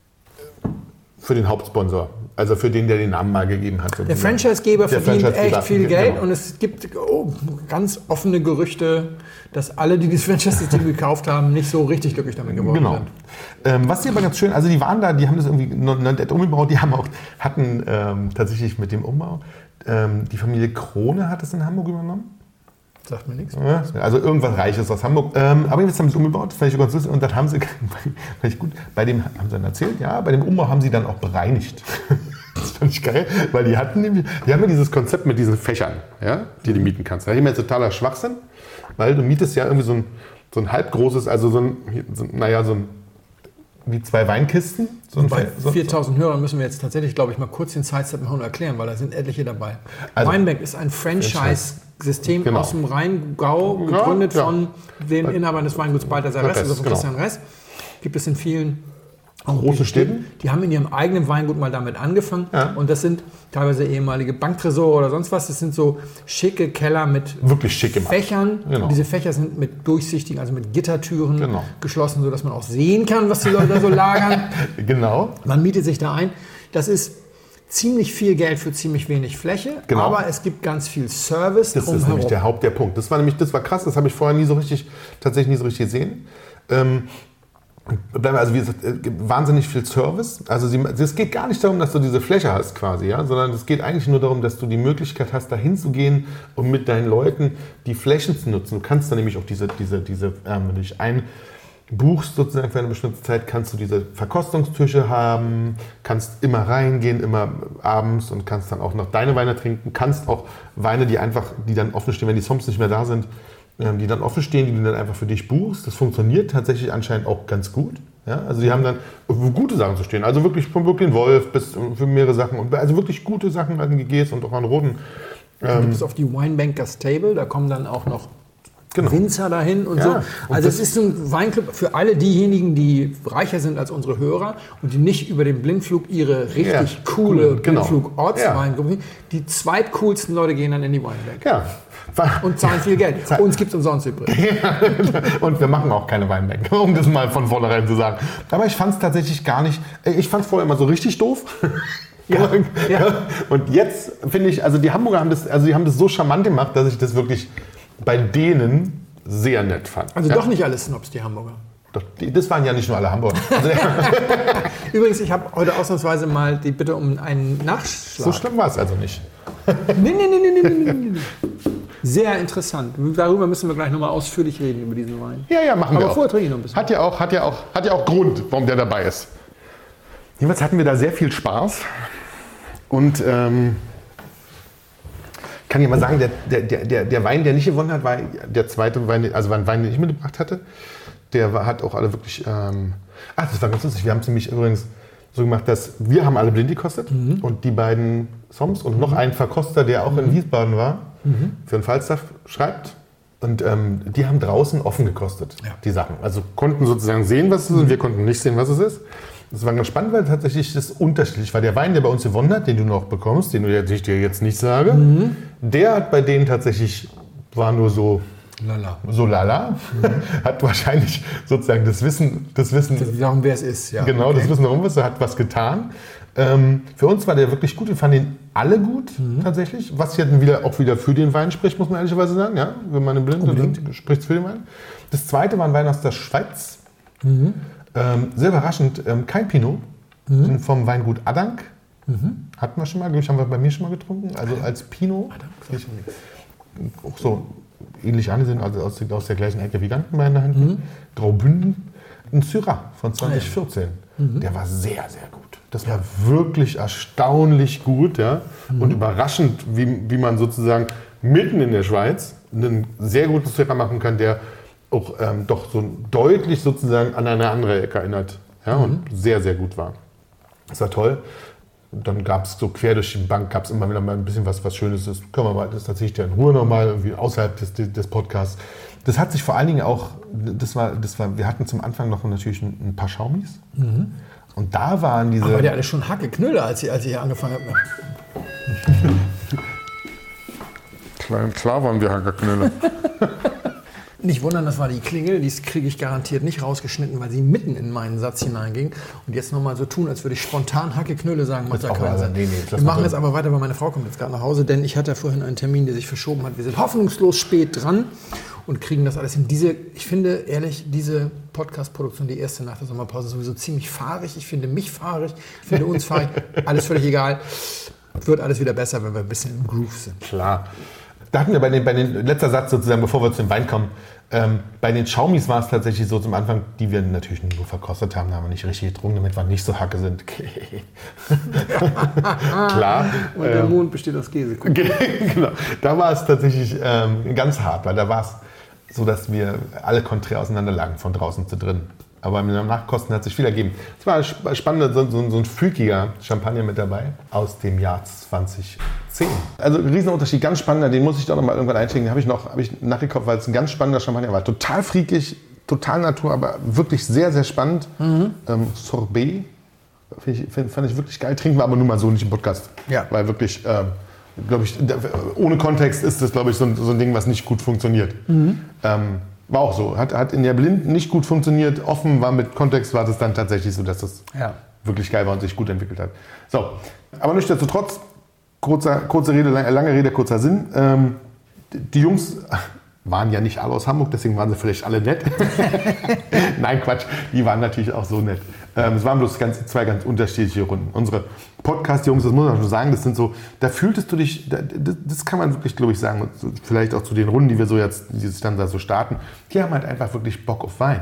für den Hauptsponsor. Also für den, der den Namen mal gegeben hat. Der Franchisegeber verdient Franchise echt viel Geld, genau. Und es gibt oh, ganz offene Gerüchte, dass alle, die das Franchise-System gekauft haben, nicht so richtig glücklich damit geworden genau. sind. Ähm, was hier aber ganz schön, also die waren da, die haben das irgendwie nett umgebaut, die haben auch, hatten ähm, tatsächlich mit dem Umbau, ähm, die Familie Krone hat es in Hamburg übernommen. Sagt mir nichts. Ja, also irgendwas Reiches aus Hamburg. Ähm, aber jetzt haben sie es umgebaut, fand ich ganz lustig. Und dann haben sie, fand ich gut, bei dem haben sie dann erzählt, ja, bei dem Umbau haben sie dann auch bereinigt. Das fand ich geil, weil die hatten nämlich, die haben ja dieses Konzept mit diesen Fächern, ja, die du mieten kannst. Da ist mir jetzt totaler Schwachsinn, weil du mietest ja irgendwie so ein, so ein halbgroßes, also so ein, so, naja, so ein, wie zwei Weinkisten. So Bei so, viertausend so. Hörern müssen wir jetzt tatsächlich, glaube ich, mal kurz den Sidestep machen und erklären, weil da sind etliche dabei. Also, Weinbank ist ein Franchise-System genau. aus dem Rheingau, gegründet ja, ja. von den Inhabern des Weinguts Balthasar Ress, also von genau. Christian Ress. Gibt es in vielen große Städten. Die haben in ihrem eigenen Weingut mal damit angefangen. Ja. Und das sind teilweise ehemalige Banktresore oder sonst was. Das sind so schicke Keller mit wirklich schicke Fächern. Genau. Diese Fächer sind mit durchsichtigen, also mit Gittertüren genau. geschlossen, sodass man auch sehen kann, was die Leute da so lagern. Genau. Man mietet sich da ein. Das ist ziemlich viel Geld für ziemlich wenig Fläche, genau. aber es gibt ganz viel Service Das ist nämlich der Haupt, der Punkt. Das war nämlich, das war krass, das habe ich vorher nie so richtig, tatsächlich nie so richtig gesehen. Ähm, Also wie gesagt, wahnsinnig viel Service. Also es geht gar nicht darum, dass du diese Fläche hast quasi, ja, sondern es geht eigentlich nur darum, dass du die Möglichkeit hast, da hinzugehen und mit deinen Leuten die Flächen zu nutzen. Du kannst dann nämlich auch diese, diese, diese ähm, wenn du dich ein, buchst sozusagen für eine bestimmte Zeit, kannst du diese Verkostungstische haben, kannst immer reingehen, immer abends und kannst dann auch noch deine Weine trinken, kannst auch Weine, die einfach, die dann offen stehen, wenn die Soms nicht mehr da sind, die dann offen stehen, die du dann einfach für dich buchst. Das funktioniert tatsächlich anscheinend auch ganz gut. Ja, also die haben dann gute Sachen zu stehen, also wirklich vom Brooklyn Wolf bis für mehrere Sachen, und also wirklich gute Sachen an G Gs und auch an roten. Dann gibt es auf die Winebankers Table, da kommen dann auch noch genau. Winzer dahin und ja, so. und Also es ist ein Weinclub für alle diejenigen, die reicher sind als unsere Hörer und die nicht über den Blindflug ihre richtig ja, coole cool, genau. Blindflug-Ortsweingruppe, ja. die zweitcoolsten Leute gehen dann in die Winebank. Ja. Und zahlen viel Geld. Uns gibt es umsonst übrigens. Ja, und wir machen auch keine Weinbank, um das mal von vornherein zu sagen. Aber ich fand es tatsächlich gar nicht, ich fand es vorher immer so richtig doof. Ja, ja. Und jetzt finde ich, also die Hamburger haben das, also die haben das so charmant gemacht, dass ich das wirklich bei denen sehr nett fand. Also ja. doch nicht alle Snobs, die Hamburger. Doch, die, das waren ja nicht nur alle Hamburger. Also, übrigens, ich habe heute ausnahmsweise mal die Bitte um einen Nachschlag. So schlimm war es also nicht. Nee, nee, nee, nee, nee, nee, nee. Sehr interessant. Darüber müssen wir gleich nochmal ausführlich reden, über diesen Wein. Ja, ja, machen Aber wir Aber auch. vorher trinke ich noch ein bisschen. Hat ja auch, hat ja auch, hat ja auch Grund, warum der dabei ist. Jedenfalls hatten wir da sehr viel Spaß. Und ähm, kann ich mal sagen, der, der, der, der Wein, der nicht gewonnen hat, war der zweite Wein, also war ein Wein, den ich mitgebracht hatte. Der war, hat auch alle wirklich... Ähm, ach, das war ganz lustig. Wir haben es nämlich übrigens so gemacht, dass wir haben alle blind gekostet mhm. und die beiden Soms und noch ein Verkoster, der auch mhm. in Wiesbaden war, mhm. für den Falstaff schreibt. Und ähm, die haben draußen offen gekostet, ja. die Sachen. Also konnten sozusagen sehen, was es ist, und wir konnten nicht sehen, was es ist. Das war ganz spannend, weil tatsächlich das unterschiedlich war. Der Wein, der bei uns gewonnen hat, den du noch bekommst, den ich dir jetzt nicht sage, mhm. der hat bei denen tatsächlich, war nur so lala. So lala. Mhm. Hat wahrscheinlich sozusagen das Wissen, das Wissen, darum, wer es ist. Ja. Genau, okay. Das Wissen darum, was er hat was getan. Ähm, für uns war der wirklich gut. Wir fanden ihn alle gut, mhm. tatsächlich. Was jetzt wieder, auch wieder für den Wein spricht, muss man ehrlicherweise sagen. Ja, wenn man im Blind spricht es für den Wein. Das zweite war ein Wein aus der Schweiz. Mhm. Ähm, sehr überraschend, ähm, kein Pinot. Mhm. Vom Weingut Adank. Mhm. Hatten wir schon mal, glaube ich, haben wir bei mir schon mal getrunken. Also als Pinot. Adank, ich, auch so ähnlich angesehen, also aus, aus der gleichen Ecke wie Gantenbein da hinten. Mhm. Graubünden. Ein Syrah von zwanzig vierzehn. Mhm. Der war sehr, sehr gut. Das war wirklich erstaunlich gut, ja? Mhm. Und überraschend, wie, wie man sozusagen mitten in der Schweiz einen sehr guten Syrah machen kann, der auch ähm, doch so deutlich sozusagen an eine andere Ecke erinnert, ja? Mhm. Und sehr, sehr gut war. Das war toll. Und dann gab es so quer durch die Bank gab es immer wieder mal ein bisschen was, was Schönes ist. Können wir mal, das erzähle ich dir in Ruhe nochmal, irgendwie außerhalb des, des Podcasts. Das hat sich vor allen Dingen auch, das war, das war, wir hatten zum Anfang noch natürlich ein, ein paar Schaumis. Mhm. Und da waren diese... Aber die alle schon Hacke-Knülle, als ich, als ich hier angefangen habe. Klar, klar waren wir Hacke-Knülle. Nicht wundern, das war die Klingel, die kriege ich garantiert nicht rausgeschnitten, weil sie mitten in meinen Satz hineinging. Und jetzt nochmal so tun, als würde ich spontan Hacke-Knülle sagen, macht ja keinen Sinn. Nee, nee, wir machen jetzt aber weiter, weil meine Frau kommt jetzt gerade nach Hause, denn ich hatte vorhin einen Termin, der sich verschoben hat. Wir sind hoffnungslos spät dran und kriegen das alles hin. Diese, ich finde ehrlich, diese Podcast-Produktion, die erste nach der Sommerpause, ist sowieso ziemlich fahrig. Ich finde mich fahrig, ich finde uns fahrig, alles völlig egal. Wird alles wieder besser, wenn wir ein bisschen im Groove sind. Klar. Da hatten wir bei den, bei den, letzter Satz sozusagen, bevor wir zu dem Wein kommen, ähm, bei den Schaumis war es tatsächlich so zum Anfang, die wir natürlich nur verkostet haben, haben wir nicht richtig getrunken, damit wir nicht so Hacke sind. Klar. Und der ähm, Mond besteht aus Käse. Genau. Da war es tatsächlich ähm, ganz hart, weil da war es so, dass wir alle konträr auseinander lagen, von draußen zu drin. Aber mit dem Nachkosten hat sich viel ergeben. Es war spannend, so, so, so ein freakiger Champagner mit dabei aus dem Jahr zwanzig zehn. Also ein Riesenunterschied, ganz spannender, den muss ich doch noch mal irgendwann einschicken. Den habe ich noch hab ich nachgekauft, weil es ein ganz spannender Champagner war. Total freakig, total Natur, aber wirklich sehr, sehr spannend. Mhm. Ähm, Sorbet, ich, fand ich wirklich geil. Trinken wir aber nur mal so nicht im Podcast. Ja. Weil wirklich, ähm, glaube ich, ohne Kontext ist das, glaube ich, so ein, so ein Ding, was nicht gut funktioniert. Mhm. Ähm, War auch so. Hat, hat in der Blind nicht gut funktioniert. Offen war mit Kontext, war das dann tatsächlich so, dass das ja. wirklich geil war und sich gut entwickelt hat. So, aber nichtsdestotrotz, kurzer, kurze Rede, lange Rede, kurzer Sinn. Ähm, die Jungs waren ja nicht alle aus Hamburg, deswegen waren sie vielleicht alle nett. Nein, Quatsch, die waren natürlich auch so nett. Ähm, es waren bloß ganz, zwei ganz unterschiedliche Runden. Unsere Podcast-Jungs, das muss man schon sagen, das sind so, da fühltest du dich, das, das kann man wirklich, glaube ich, sagen, vielleicht auch zu den Runden, die wir so jetzt, die sich dann da so starten, die haben halt einfach wirklich Bock auf Wein.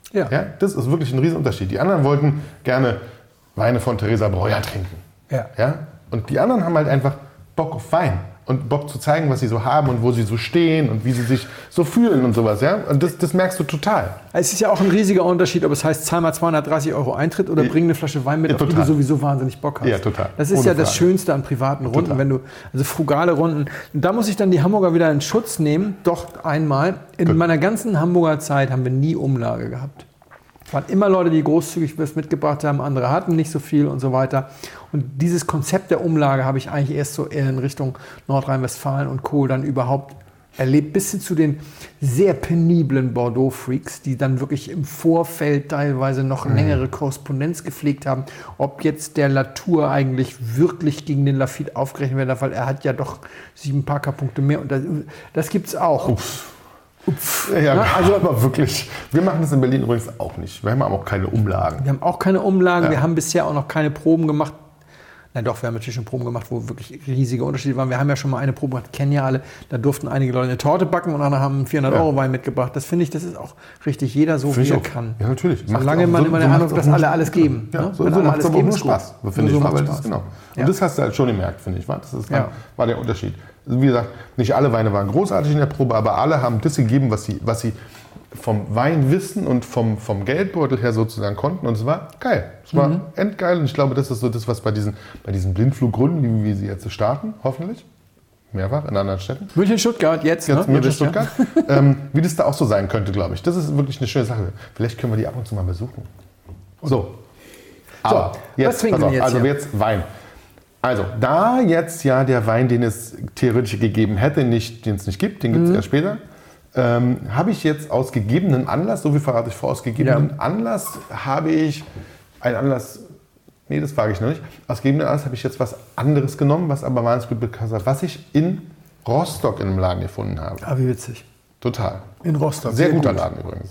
Ja. Ja, das ist wirklich ein Riesenunterschied. Die anderen wollten gerne Weine von Theresa Breuer trinken. Ja. Ja? Und die anderen haben halt einfach Bock auf Wein und Bock zu zeigen, was sie so haben und wo sie so stehen und wie sie sich so fühlen und sowas. Ja? Und das, das merkst du total. Es ist ja auch ein riesiger Unterschied, ob es heißt, zahl mal zweihundertdreißig Euro Eintritt oder bring eine Flasche Wein mit, Ja, auf die du sowieso wahnsinnig Bock hast. Ja, total. Das ist Ohne ja das Frage. Schönste an privaten Runden, Total. wenn du, also frugale Runden. Und da muss ich dann die Hamburger wieder in Schutz nehmen. Doch einmal, in Gut. meiner ganzen Hamburger Zeit haben wir nie Umlage gehabt. Es waren immer Leute, die großzügig was mitgebracht haben, andere hatten nicht so viel und so weiter. Und dieses Konzept der Umlage habe ich eigentlich erst so eher in Richtung Nordrhein-Westfalen und Co. dann überhaupt erlebt, bis hin zu den sehr peniblen Bordeaux-Freaks, die dann wirklich im Vorfeld teilweise noch eine längere Korrespondenz gepflegt haben, ob jetzt der Latour eigentlich wirklich gegen den Lafite aufgerechnet werden darf, weil er hat ja doch sieben Parker-Punkte mehr. Und das, das gibt es auch. Ups. Ups. Ja, Na, also aber wirklich. Wir machen das in Berlin übrigens auch nicht. Wir haben auch keine Umlagen. Wir haben auch keine Umlagen, Ja. wir haben bisher auch noch keine Proben gemacht. Na doch, wir haben natürlich schon Proben gemacht, wo wirklich riesige Unterschiede waren. Wir haben ja schon mal eine Probe gemacht, kennen ja alle. Da durften einige Leute eine Torte backen und andere haben einen vierhundert Euro Wein mitgebracht. Das finde ich, das ist auch richtig, jeder so, Find wie ich er auch. kann. Ja, natürlich. Macht Solange auch- man so- immer so der macht's Ahnung, auch dass nur- alle alles geben. Ja, ne? so, Wenn so alle macht es alles aber geben, nur ist Spaß, gut. finde So ich. macht's Weil das, Spaß. genau. Und Ja. das hast du halt schon gemerkt, finde ich. wa? Das ist, Ja. war der Unterschied. Also wie gesagt, nicht alle Weine waren großartig in der Probe, aber alle haben das gegeben, was sie, was sie vom Wein wissen und vom, vom Geldbeutel her sozusagen konnten. Und es war geil. Es war Mhm. endgeil. Und ich glaube, das ist so das, was bei diesen, bei diesen Blindflugrunden, wie wir sie jetzt starten, hoffentlich, mehrfach in anderen Städten, München, Stuttgart, jetzt. Jetzt ne? München, Ihr wisst ja. Stuttgart, ähm, wie das da auch so sein könnte, glaube ich. Das ist wirklich eine schöne Sache. Vielleicht können wir die ab und zu mal besuchen. So. Aber was jetzt, trinken pass auf, wir jetzt also hier? jetzt Wein. Also, da jetzt ja der Wein, den es theoretisch gegeben hätte, nicht, den es nicht gibt, den gibt es Mhm. erst später, ähm, habe ich jetzt aus gegebenem Anlass, so viel verrate ich vor, aus gegebenem Ja. Anlass habe ich, ein Anlass, nee, das wage ich noch nicht, aus gegebenem Anlass habe ich jetzt was anderes genommen, was aber wahnsinnig gut bekannt ist, was ich in Rostock in einem Laden gefunden habe. Ah, wie witzig. Total. In Rostock. Sehr guter gut. Laden übrigens.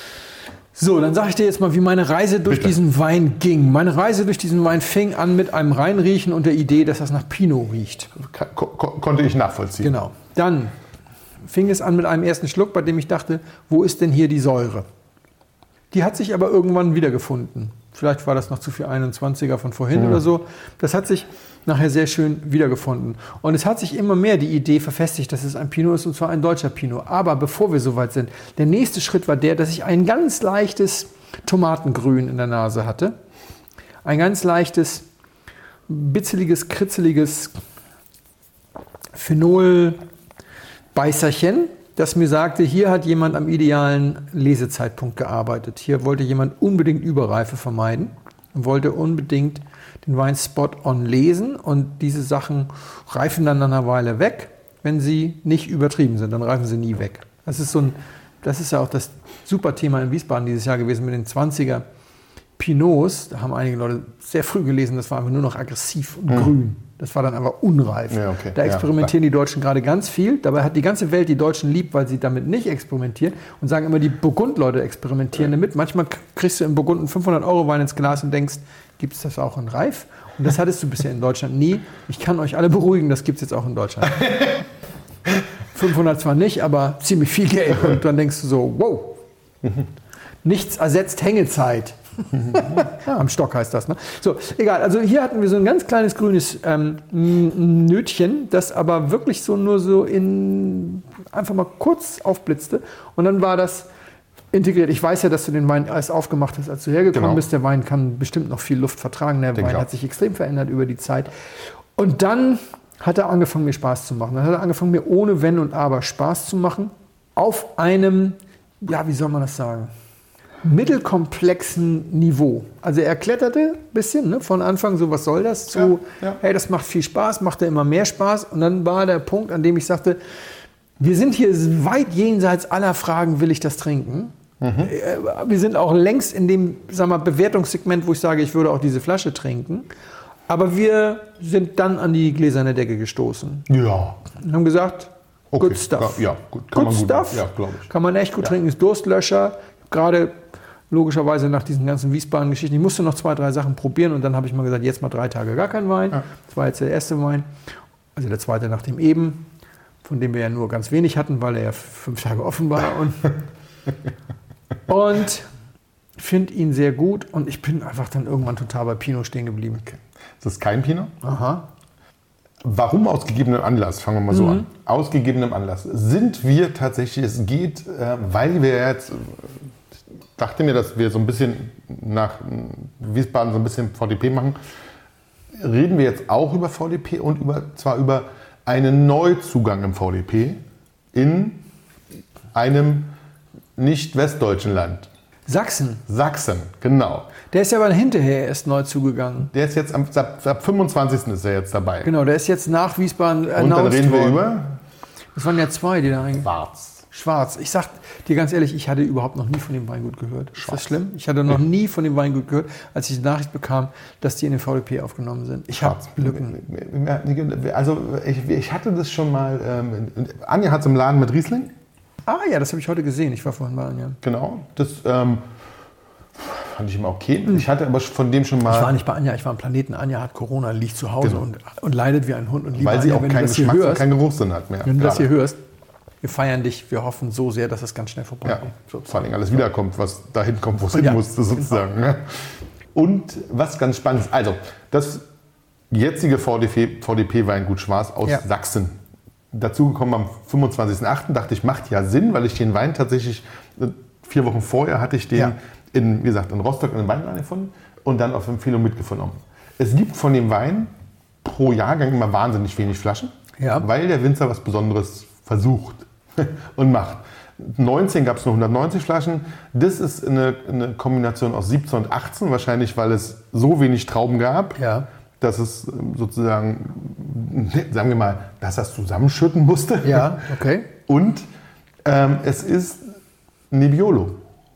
So, dann sage ich dir jetzt mal, wie meine Reise durch Bitte. diesen Wein ging. Meine Reise durch diesen Wein fing an mit einem Reinriechen und der Idee, dass das nach Pinot riecht. Ko ko konnte ich nachvollziehen. Genau. Dann fing es an mit einem ersten Schluck, bei dem ich dachte, wo ist denn hier die Säure? Die hat sich aber irgendwann wiedergefunden. Vielleicht war das noch zu viel einundzwanziger von vorhin oder so. Das hat sich nachher sehr schön wiedergefunden. Und es hat sich immer mehr die Idee verfestigt, dass es ein Pinot ist, und zwar ein deutscher Pinot. Aber bevor wir soweit sind, der nächste Schritt war der, dass ich ein ganz leichtes Tomatengrün in der Nase hatte. Ein ganz leichtes, bitzeliges, kritzeliges Phenol-Beißerchen, das mir sagte, hier hat jemand am idealen Lesezeitpunkt gearbeitet. Hier wollte jemand unbedingt Überreife vermeiden und wollte unbedingt den Wein spot on lesen. Und diese Sachen reifen dann nach einer Weile weg, wenn sie nicht übertrieben sind. Dann reifen sie nie weg. Das ist, so ein, das ist ja auch das super Thema in Wiesbaden dieses Jahr gewesen mit den zwanziger Pinots. Da haben einige Leute sehr früh gelesen, das war einfach nur noch aggressiv und Mhm. grün. Das war dann einfach unreif. Ja, okay. Da Ja, experimentieren die Deutschen gerade ganz viel. Dabei hat die ganze Welt die Deutschen lieb, weil sie damit nicht experimentieren und sagen immer, die Burgund-Leute experimentieren damit. Manchmal kriegst du im Burgund einen fünfhundert Euro Wein ins Glas und denkst, gibt es das auch in Reif? Und das hattest du bisher in Deutschland nie. Ich kann euch alle beruhigen, das gibt es jetzt auch in Deutschland. fünfhundert zwar nicht, aber ziemlich viel Geld. Und dann denkst du so, wow, nichts ersetzt Hängezeit. Am Stock heißt das. Ne? So, egal. Also hier hatten wir so ein ganz kleines grünes ähm, Nötchen, das aber wirklich so nur so in einfach mal kurz aufblitzte. Und dann war das integriert. Ich weiß ja, dass du den Wein erst aufgemacht hast, als du hergekommen Genau. bist. Der Wein kann bestimmt noch viel Luft vertragen. Der Denke Wein ich hat auch. sich extrem verändert über die Zeit. Und dann hat er angefangen, mir Spaß zu machen. Dann hat er angefangen, mir ohne Wenn und Aber Spaß zu machen. Auf einem, ja, wie soll man das sagen? mittelkomplexen Niveau. Also er kletterte ein bisschen, ne, von Anfang so, was soll das, zu, Ja, ja. hey, das macht viel Spaß, macht er immer mehr Spaß. Und dann war der Punkt, an dem ich sagte, wir sind hier weit jenseits aller Fragen, will ich das trinken? Äh, Wir sind auch längst in dem, sag mal, Bewertungssegment, wo ich sage, ich würde auch diese Flasche trinken. Aber wir sind dann an die gläserne Decke gestoßen Ja. und haben gesagt, Okay. good stuff. Ja, ja, gut. Kann Good man gut stuff. machen. Ja, glaube ich. Kann man echt gut trinken, ist Durstlöscher. Gerade logischerweise nach diesen ganzen Wiesbaden-Geschichten. Ich musste noch zwei, drei Sachen probieren und dann habe ich mal gesagt, jetzt mal drei Tage gar kein Wein. Ja. Das war jetzt der erste Wein. Also der zweite nach dem eben, von dem wir ja nur ganz wenig hatten, weil er ja fünf Tage offen war. Und, und finde ihn sehr gut und ich bin einfach dann irgendwann total bei Pinot stehen geblieben. Okay. Das ist kein Pinot? Aha. Warum aus gegebenem Anlass? Fangen wir mal so Mhm. an. Aus gegebenem Anlass. Sind wir tatsächlich, es geht, äh, weil wir jetzt, dachte mir, dass wir so ein bisschen nach Wiesbaden so ein bisschen V D P machen, reden wir jetzt auch über V D P und über, zwar über einen Neuzugang im V D P in einem nicht westdeutschen Land. Sachsen. Sachsen, genau. Der ist ja aber hinterher erst neu zugegangen. Der ist jetzt am ab, ab fünfundzwanzigsten ist er jetzt dabei. Genau, der ist jetzt nach Wiesbaden announced Und dann reden wir worden. über Das waren ja zwei, die da rein. Schwarz. Schwarz. Ich sag dir ganz ehrlich, ich hatte überhaupt noch nie von dem Weingut gehört. Ist Schwarz. das schlimm? Ich hatte noch nie von dem Weingut gehört, als ich die Nachricht bekam, dass die in den V D P aufgenommen sind. Ich habe Lücken. Also ich, ich hatte das schon mal, ähm, Anja hat es im Laden mit Riesling. Ah ja, das habe ich heute gesehen. Ich war vorhin bei Anja. Genau, das ähm, fand ich immer okay. Ich hatte aber von dem schon mal... Ich war nicht bei Anja, ich war am Planeten. Anja hat Corona, liegt zu Hause Genau. und, und leidet wie ein Hund. Und lieber weil sie Anja, auch wenn keinen du das hier Geschmack und hörst, keinen Geruchssinn hat mehr. wenn du das gerade. hier hörst, wir feiern dich. Wir hoffen so sehr, dass es ganz schnell vorbei Ja, geht. vor allem alles wiederkommt, was dahin kommt, wo es hin Ja, musste sozusagen. Ne? Und was ganz spannend ist, also das jetzige V D P-Weingut Schwarz aus Ja. Sachsen. Dazugekommen am fünfundzwanzigsten achten dachte ich, macht ja Sinn, weil ich den Wein tatsächlich, äh, vier Wochen vorher hatte ich den Ja. in, wie gesagt, in Rostock in einem Weinladen gefunden und dann auf Empfehlung mitgenommen. Es gibt von dem Wein pro Jahrgang immer wahnsinnig wenig Flaschen, Ja. weil der Winzer was Besonderes versucht und macht. neunzehn gab es nur hundertneunzig Flaschen. Das ist eine, eine Kombination aus siebzehn und achtzehn, wahrscheinlich weil es so wenig Trauben gab, Ja. dass es sozusagen, sagen wir mal, dass das zusammenschütten musste. Ja, okay. Und ähm, es ist Nebbiolo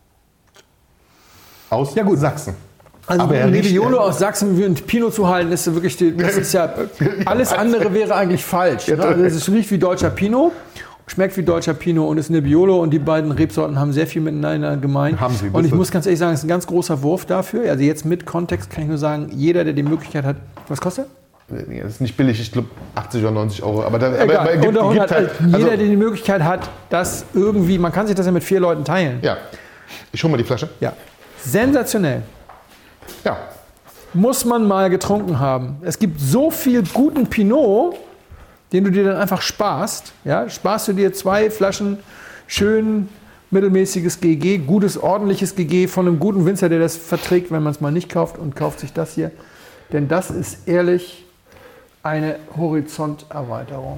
aus Ja, gut. Sachsen. Also Aber er ein riecht- Nebbiolo aus Sachsen wie ein Pinot zu halten, ist wirklich die, das ist ja, alles andere wäre eigentlich falsch. Ne? Also es riecht wie deutscher Pinot, schmeckt wie deutscher Pinot und ist Nebbiolo und die beiden Rebsorten haben sehr viel miteinander gemein. Haben sie, das und ich ist- muss ganz ehrlich sagen, es ist ein ganz großer Wurf dafür. Also jetzt mit Kontext kann ich nur sagen, jeder, der die Möglichkeit hat, was kostet? Das ist nicht billig, ich glaube achtzig oder neunzig Euro. Aber, da, aber, Egal, aber er gibt, unter gibt hundert, halt, jeder, also, der die Möglichkeit hat, das irgendwie, man kann sich das ja mit vier Leuten teilen. ja, ich hole mal die Flasche. Ja. Sensationell. Ja, Muss man mal getrunken haben. Es gibt so viel guten Pinot, den du dir dann einfach sparst. Ja, sparst du dir zwei Flaschen schön mittelmäßiges G G, gutes, ordentliches G G von einem guten Winzer, der das verträgt, wenn man es mal nicht kauft und kauft sich das hier. Denn das ist ehrlich eine Horizonterweiterung.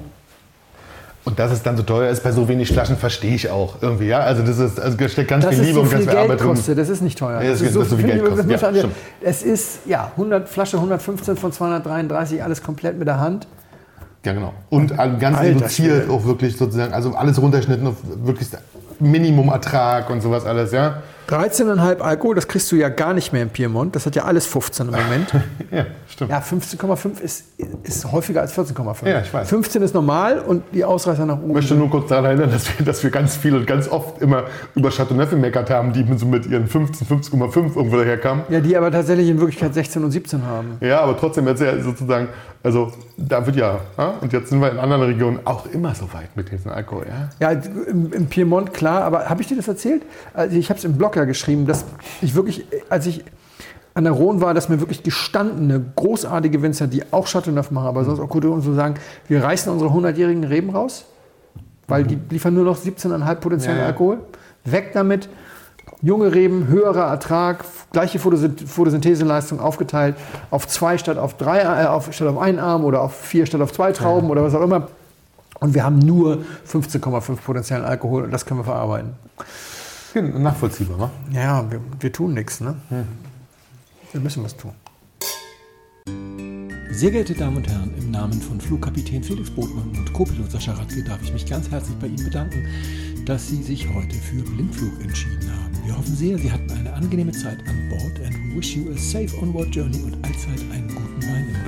und dass es dann so teuer ist bei so wenig Flaschen, verstehe ich auch irgendwie. Ja? Also das ist, also da steckt ganz Dass viel es Liebe so und viel ganz viel Geld Arbeit drin. kostet, das ist nicht teuer. Ja, das ist- das so viel viel- Geld kostet. muss Ja, man- stimmt. Es ist, ja, hundert Flasche, hundertfünfzehn von zweihundertdreiunddreißig, alles komplett mit der Hand. Ja, genau. Und ganz Alter reduziert Schwede. auch wirklich sozusagen, also alles runterschnitten auf wirklich Minimumertrag und sowas alles, ja. dreizehn Komma fünf Alkohol, das kriegst du ja gar nicht mehr im Piemont. Das hat ja alles fünfzehn im Moment. Ja, stimmt. Ja, fünfzehn Komma fünf ist, ist häufiger als vierzehn Komma fünf. Ja, ich weiß. fünfzehn ist normal und die Ausreißer nach oben. Ich möchte nur kurz daran erinnern, dass wir, dass wir ganz viel und ganz oft immer über Chateauneuf gemeckert haben, die so mit ihren fünfzehn, fünfzehn Komma fünf irgendwo daherkamen. Ja, die aber tatsächlich in Wirklichkeit sechzehn und siebzehn haben. Ja, aber trotzdem jetzt ja sozusagen, also da wird ja, ja, und jetzt sind wir in anderen Regionen auch immer so weit mit diesem Alkohol, ja. Ja, im, im Piemont klar, aber habe ich dir das erzählt? Also ich habe es im Blog ja geschrieben, dass ich wirklich, als ich an der Rhone war, dass mir wirklich gestandene, großartige Winzer, die auch Chateauneuf machen, aber sonst auch Côte und so sagen, wir reißen unsere hundertjährigen Reben raus, weil die liefern nur noch siebzehn Komma fünf potenziellen Ja, ja. Alkohol. Weg damit. Junge Reben, höherer Ertrag, gleiche Photosynth- Photosyntheseleistung aufgeteilt auf zwei statt auf drei, äh, auf, statt auf einen Arm oder auf vier statt auf zwei Trauben oder was auch immer. Und wir haben nur fünfzehn Komma fünf potenziellen Alkohol und das können wir verarbeiten. Nachvollziehbar, wa? Ja, wir, wir tun nichts, ne? Wir müssen was tun. Sehr geehrte Damen und Herren, im Namen von Flugkapitän Felix Botmann und Co-Pilot Sascha Radke darf ich mich ganz herzlich bei Ihnen bedanken, dass Sie sich heute für Blindflug entschieden haben. Wir hoffen sehr, Sie hatten eine angenehme Zeit an Bord and we wish you a safe onward journey und allzeit einen guten Wein im